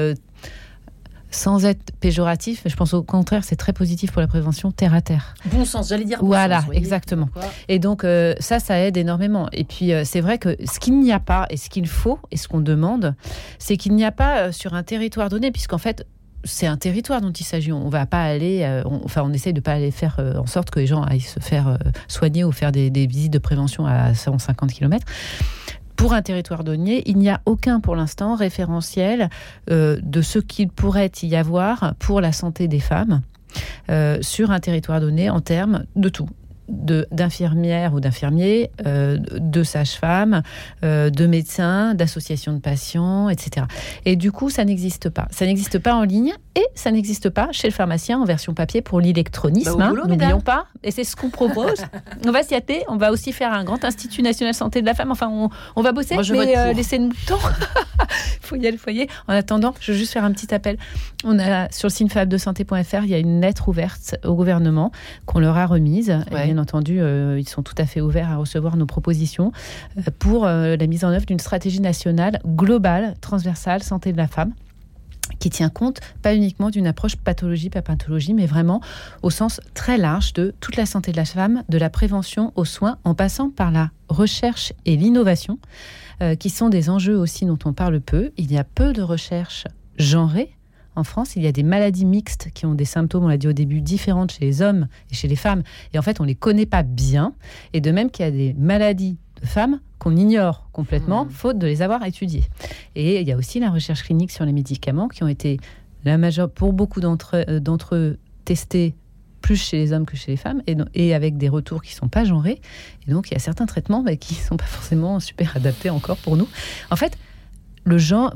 sans être péjoratif, je pense au contraire, c'est très positif pour la prévention, terre à terre. Bon sens, j'allais dire bon voilà, sens. Exactement. Et donc, ça aide énormément. Et puis, c'est vrai que ce qu'il n'y a pas, et ce qu'il faut, et ce qu'on demande, c'est qu'il n'y a pas sur un territoire donné, puisqu'en fait, c'est un territoire dont il s'agit. On va pas aller... on essaye de pas aller faire en sorte que les gens aillent se faire soigner ou faire des visites de prévention à 150 km. Pour un territoire donné, il n'y a aucun, pour l'instant, référentiel de ce qu'il pourrait y avoir pour la santé des femmes sur un territoire donné en termes de tout. D'infirmières ou d'infirmiers, de sages-femmes, de médecins, d'associations de patients, etc. Et du coup, ça n'existe pas. Ça n'existe pas en ligne et ça n'existe pas chez le pharmacien en version papier pour l'électronisme. N'oublions pas. Et c'est ce qu'on propose. On va s'y atteler. On va aussi faire un grand Institut National Santé de la Femme. Enfin, on va bosser, mais laissez-nous le temps. Faut y aller. En attendant, je veux juste faire un petit appel. On a sur le site femmesdesanté.fr, il y a une lettre ouverte au gouvernement qu'on leur a remise. Ouais. Bien entendu, ils sont tout à fait ouverts à recevoir nos propositions pour la mise en œuvre d'une stratégie nationale globale, transversale, santé de la femme. qui tient compte pas uniquement d'une approche pathologie, pas pathologie, mais vraiment au sens très large de toute la santé de la femme, de la prévention aux soins, en passant par la recherche et l'innovation, qui sont des enjeux aussi dont on parle peu. Il y a peu de recherche genrée. En France, il y a des maladies mixtes qui ont des symptômes, on l'a dit au début, différentes chez les hommes et chez les femmes. Et en fait, on ne les connaît pas bien. Et de même qu'il y a des maladies de femmes qu'on ignore complètement, faute de les avoir étudiées. Et il y a aussi la recherche clinique sur les médicaments qui ont été pour beaucoup d'entre eux testés plus chez les hommes que chez les femmes, et avec des retours qui ne sont pas genrés. Et donc, il y a certains traitements qui ne sont pas forcément super adaptés encore pour nous. En fait, le genre...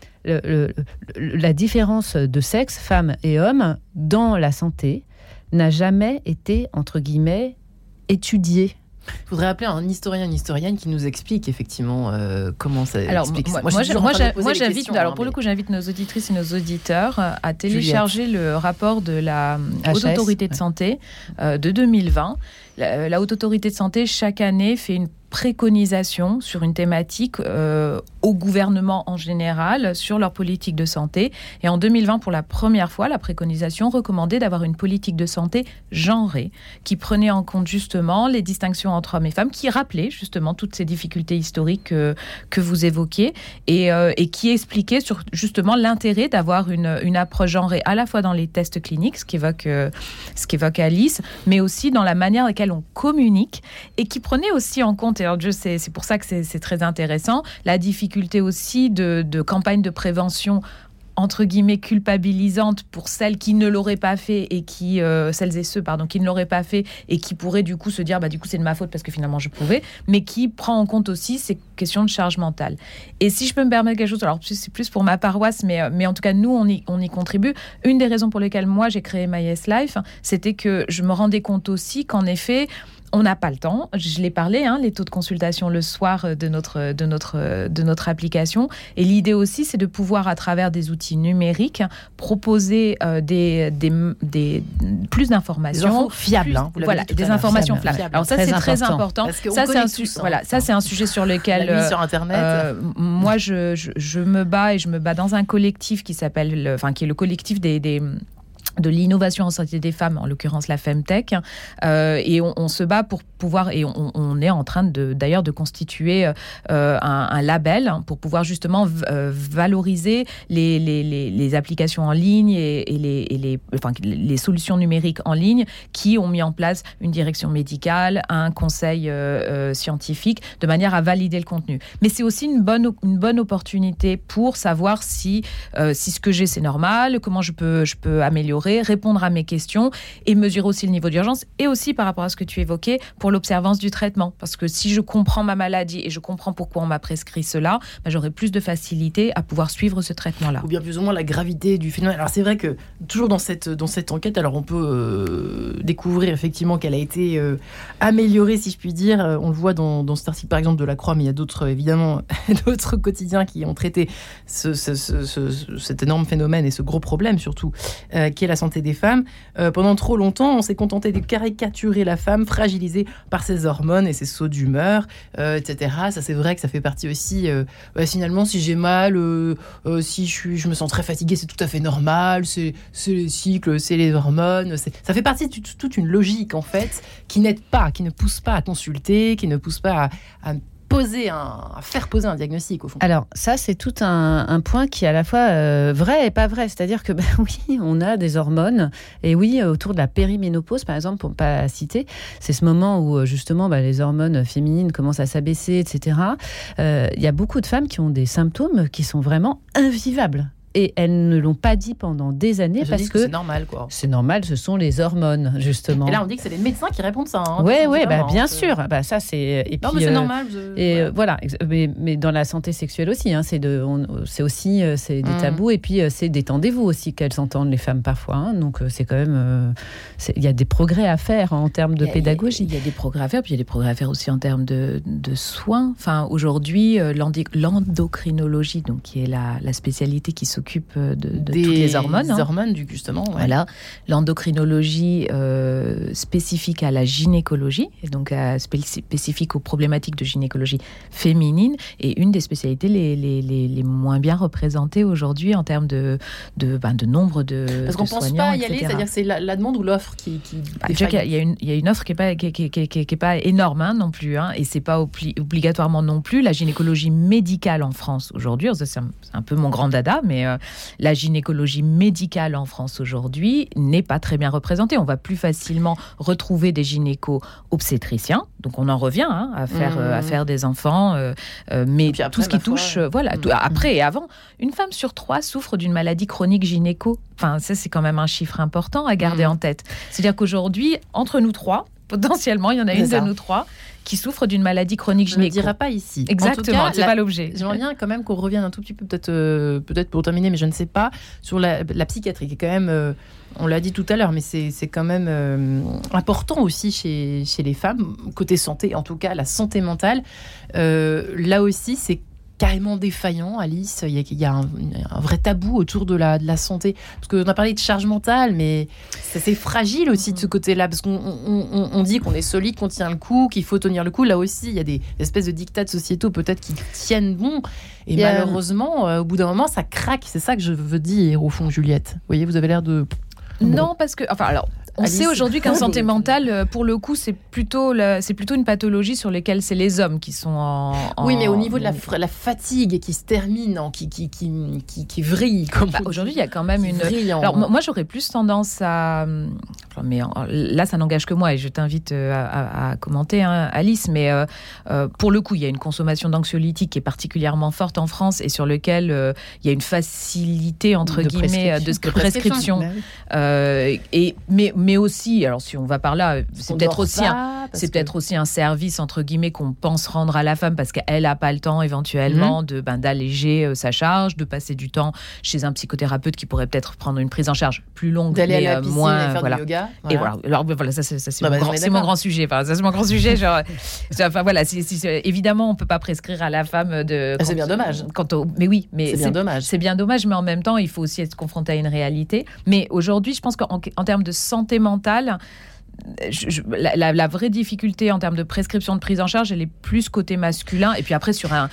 la différence de sexe, femmes et hommes, dans la santé, n'a jamais été, entre guillemets, étudiée. Il faudrait appeler un historien, une historienne qui nous explique effectivement comment ça explique ça. Moi, j'invite, pour le coup, j'invite nos auditrices et nos auditeurs à télécharger le rapport de la Haute Autorité de Santé de 2020. La Haute Autorité de Santé, chaque année, fait une préconisation sur une thématique au gouvernement en général sur leur politique de santé. Et en 2020, pour la première fois, la préconisation recommandait d'avoir une politique de santé genrée qui prenait en compte justement les distinctions entre hommes et femmes, qui rappelait justement toutes ces difficultés historiques que vous évoquiez et qui expliquait sur justement l'intérêt d'avoir une approche genrée à la fois dans les tests cliniques, ce qu'évoque Alice, mais aussi dans la manière dans laquelle on communique et qui prenait aussi en compte, et alors c'est pour ça que c'est très intéressant, la difficulté aussi de campagne de prévention entre guillemets culpabilisante pour celles qui ne l'auraient pas fait et celles et ceux qui ne l'auraient pas fait et qui pourraient du coup se dire du coup c'est de ma faute parce que finalement je pouvais, mais qui prend en compte aussi ces questions de charge mentale. Et si je peux me permettre quelque chose, alors c'est plus pour ma paroisse, mais en tout cas nous on y contribue. Une des raisons pour lesquelles moi j'ai créé My Yes Life, c'était que je me rendais compte aussi qu'en effet on n'a pas le temps. Je l'ai parlé, les taux de consultation le soir de notre application. Et l'idée aussi, c'est de pouvoir, à travers des outils numériques, proposer plus d'informations. Des infos fiables. Des informations fiables. Alors ça, c'est très important. Ça, c'est un sujet sur lequel la mise sur Internet. Moi, je me bats et je me bats dans un collectif qui s'appelle, qui est le collectif de l'innovation en santé des femmes, en l'occurrence la Femtech, et on se bat pour pouvoir, et on est en train d'ailleurs de constituer un label pour pouvoir justement valoriser les applications en ligne et les solutions numériques en ligne qui ont mis en place une direction médicale, un conseil scientifique, de manière à valider le contenu. Mais c'est aussi une bonne opportunité pour savoir si ce que j'ai c'est normal, comment je peux améliorer, répondre à mes questions et mesurer aussi le niveau d'urgence, et aussi par rapport à ce que tu évoquais pour l'observance du traitement, parce que si je comprends ma maladie et je comprends pourquoi on m'a prescrit cela, j'aurai plus de facilité à pouvoir suivre ce traitement-là. Ou bien plus ou moins la gravité du phénomène. Alors c'est vrai que toujours dans cette enquête, alors on peut découvrir effectivement qu'elle a été améliorée, si je puis dire. On le voit dans cet article par exemple de La Croix, mais il y a d'autres évidemment d'autres quotidiens qui ont traité cet énorme phénomène et ce gros problème surtout qui est la santé des femmes. Pendant trop longtemps, on s'est contenté de caricaturer la femme fragilisée par ses hormones et ses sauts d'humeur, etc. Ça, c'est vrai que ça fait partie aussi. Finalement, si j'ai mal, si je me sens très fatiguée, c'est tout à fait normal. C'est les cycles, c'est les hormones. Ça fait partie de toute une logique, en fait, qui n'aide pas, qui ne pousse pas à consulter, qui ne pousse pas à faire poser un diagnostic au fond. Alors ça, c'est tout un point qui est à la fois vrai et pas vrai. C'est-à-dire que oui, on a des hormones, et oui, autour de la périménopause par exemple, pour ne pas citer, c'est ce moment où justement les hormones féminines commencent à s'abaisser, etc. Il y a beaucoup de femmes qui ont des symptômes qui sont vraiment invivables. Et elles ne l'ont pas dit pendant des années parce que c'est normal, quoi. C'est normal, ce sont les hormones, justement. Et là, on dit que c'est les médecins qui répondent ça. Bien sûr. Ça, c'est. Et non, puis, mais c'est normal. Voilà. Mais dans la santé sexuelle aussi, c'est des tabous. Et puis, c'est détendez-vous aussi qu'elles entendent les femmes parfois. Donc, c'est quand même. Il y a des progrès à faire en termes de pédagogie. Il y a des progrès à faire, puis il y a des progrès à faire aussi en termes de soins. Enfin, aujourd'hui, l'endocrinologie, donc qui est la spécialité qui s'occupe s'occupe de toutes les hormones. Des hormones, justement. Ouais. Voilà. L'endocrinologie spécifique à la gynécologie, et donc spécifique aux problématiques de gynécologie féminine, et une des spécialités les moins bien représentées aujourd'hui en termes de nombre de soignants. Parce qu'on ne pense pas y aller, c'est-à-dire que c'est la demande ou l'offre qui il y a une offre qui est pas énorme non plus, et c'est pas obligatoirement non plus. La gynécologie médicale en France aujourd'hui, c'est un peu mon grand dada, mais la gynécologie médicale en France aujourd'hui n'est pas très bien représentée. On va plus facilement retrouver des gynéco-obstétriciens, donc on en revient à faire des enfants, mais après, tout ce qui touche, après et avant, une femme sur 3 souffre d'une maladie chronique gynéco. Enfin, ça c'est quand même un chiffre important à garder en tête. C'est-à-dire qu'aujourd'hui, entre nous 3, potentiellement, il y en a une de nous 3 qui souffre d'une maladie chronique gynéco. Je ne le dirai pas ici. Exactement, c'est pas l'objet. J'aimerais bien quand même qu'on revienne un tout petit peu, peut-être pour terminer, mais je ne sais pas, sur la psychiatrie, qui est quand même, on l'a dit tout à l'heure, mais c'est quand même important aussi chez les femmes, côté santé, en tout cas, la santé mentale. Là aussi, c'est carrément défaillant, Alice. Il y a un vrai tabou autour de la santé. Parce qu'on a parlé de charge mentale, mais c'est fragile aussi de ce côté-là. Parce qu'on dit qu'on est solide, qu'on tient le coup, qu'il faut tenir le coup. Là aussi, il y a des espèces de dictats sociétaux peut-être qui tiennent bon. Et malheureusement, au bout d'un moment, ça craque. C'est ça que je veux dire, au fond, Juliette. Vous voyez, vous avez l'air de... Non, parce que... Enfin, alors... On sait aujourd'hui qu'en santé mentale, pour le coup, c'est plutôt une pathologie sur laquelle c'est les hommes qui sont Oui, mais au niveau de la fatigue qui se termine, qui vrille. Aujourd'hui, il y a quand même une... Alors, moi, j'aurais plus tendance à... Mais là, ça n'engage que moi, et je t'invite à commenter, Alice, mais pour le coup, il y a une consommation d'anxiolytiques qui est particulièrement forte en France, et sur lequel il y a une facilité, entre guillemets, de prescription. Mais aussi, alors si on va par là, c'est peut-être aussi un service, entre guillemets, qu'on pense rendre à la femme parce qu'elle n'a pas le temps éventuellement d'alléger sa charge, de passer du temps chez un psychothérapeute qui pourrait peut-être prendre une prise en charge plus longue, d'aller à la piscine moins, et faire du yoga. Et voilà. Alors voilà, ça c'est mon grand sujet. Enfin, ça c'est mon grand sujet. Évidemment, on peut pas prescrire à la femme de. C'est bien dommage. Mais oui, mais c'est bien dommage. C'est bien dommage, mais en même temps, il faut aussi être confronté à une réalité. Mais aujourd'hui, je pense qu'en termes de santé mentale, la vraie difficulté en termes de prescription de prise en charge, elle est plus côté masculin, et puis après sur un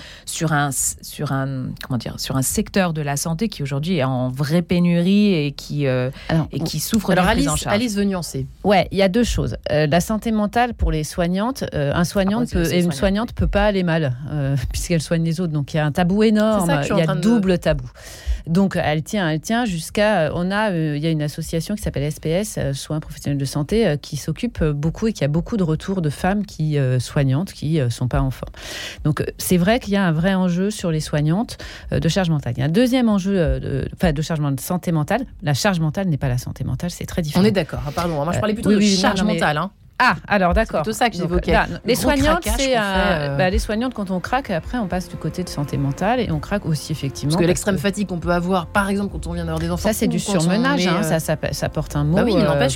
secteur de la santé qui aujourd'hui est en vraie pénurie et qui souffre de prise en charge. Alice veut nuancer. Ouais, il y a 2 choses. La santé mentale pour les soignantes, une soignante peut pas aller mal puisqu'elle soigne les autres. Donc il y a un tabou énorme, il y a double tabou. Donc elle tient jusqu'à... il y a une association qui s'appelle SPS, Soins professionnels de santé, qui s'occupe beaucoup et qui a beaucoup de retours de femmes soignantes qui sont pas en forme. Donc c'est vrai qu'il y a un vrai enjeu sur les soignantes de charge mentale. Il y a un deuxième enjeu de charge mentale, de santé mentale. La charge mentale n'est pas la santé mentale, c'est très différent. On est d'accord, pardon. Moi je parlais plutôt de charge mentale. Ah, alors d'accord. C'est plutôt ça que j'évoquais. Les soignantes, les soignantes, quand on craque, après on passe du côté de santé mentale et on craque aussi effectivement. Parce que l'extrême fatigue qu'on peut avoir, par exemple, quand on vient d'avoir des enfants. Ça, c'est du surmenage, ça porte un mot. Bah oui, il n'empêche que.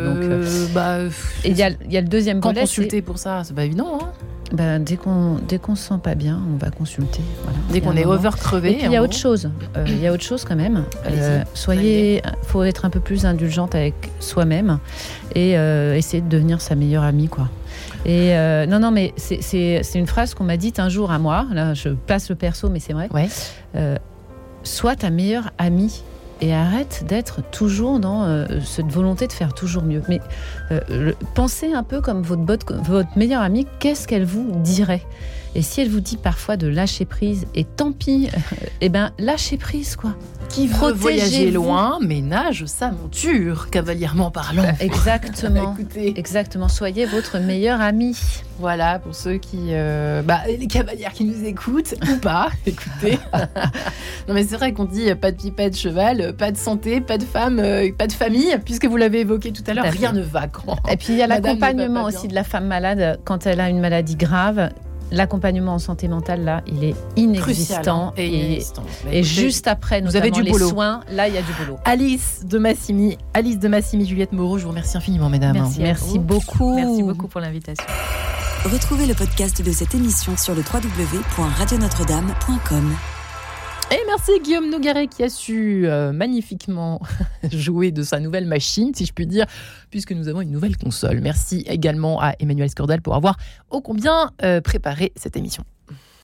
Et il y a le deuxième volet. Quand consulter pour ça, c'est pas évident. Dès qu'on se sent pas bien, on va consulter. Voilà. Dès qu'on est over-crevé. Et puis il y a autre chose. Il y a autre chose quand même. Faut être un peu plus indulgente avec soi-même et essayer de devenir sa meilleure amie, quoi. Et non, mais c'est une phrase qu'on m'a dite un jour à moi. Là, je place le perso, mais c'est vrai. Ouais. Sois ta meilleure amie. Et arrête d'être toujours dans cette volonté de faire toujours mieux. Mais pensez un peu comme votre meilleure amie, qu'est-ce qu'elle vous dirait ? Et si elle vous dit parfois de lâcher prise, et tant pis, lâchez prise, quoi. Qui veut voyager loin, ménage sa monture, cavalièrement parlant. Exactement. Exactement. Soyez votre meilleur ami. Voilà, pour ceux qui... les cavalières qui nous écoutent, ou pas, écoutez. Non, mais c'est vrai qu'on dit pas de pipette, cheval, pas de santé, pas de femme, pas de famille, puisque vous l'avez évoqué tout à l'heure, rien ne va. Et puis il y a l'accompagnement aussi de la femme malade quand elle a une maladie grave. L'accompagnement en santé mentale, là, il est inexistant. Crucial, et juste après, vous avez du boulot. Soins, là, il y a du boulot. Alice de Massimi, Juliette Moreau, je vous remercie infiniment, mesdames. Merci beaucoup. Merci beaucoup pour l'invitation. Retrouvez le podcast de cette émission sur le www.radionotre-dame.com. Et merci Guillaume Nogaret qui a su magnifiquement jouer de sa nouvelle machine, si je puis dire, puisque nous avons une nouvelle console. Merci également à Emmanuel Scordal pour avoir ô combien préparé cette émission.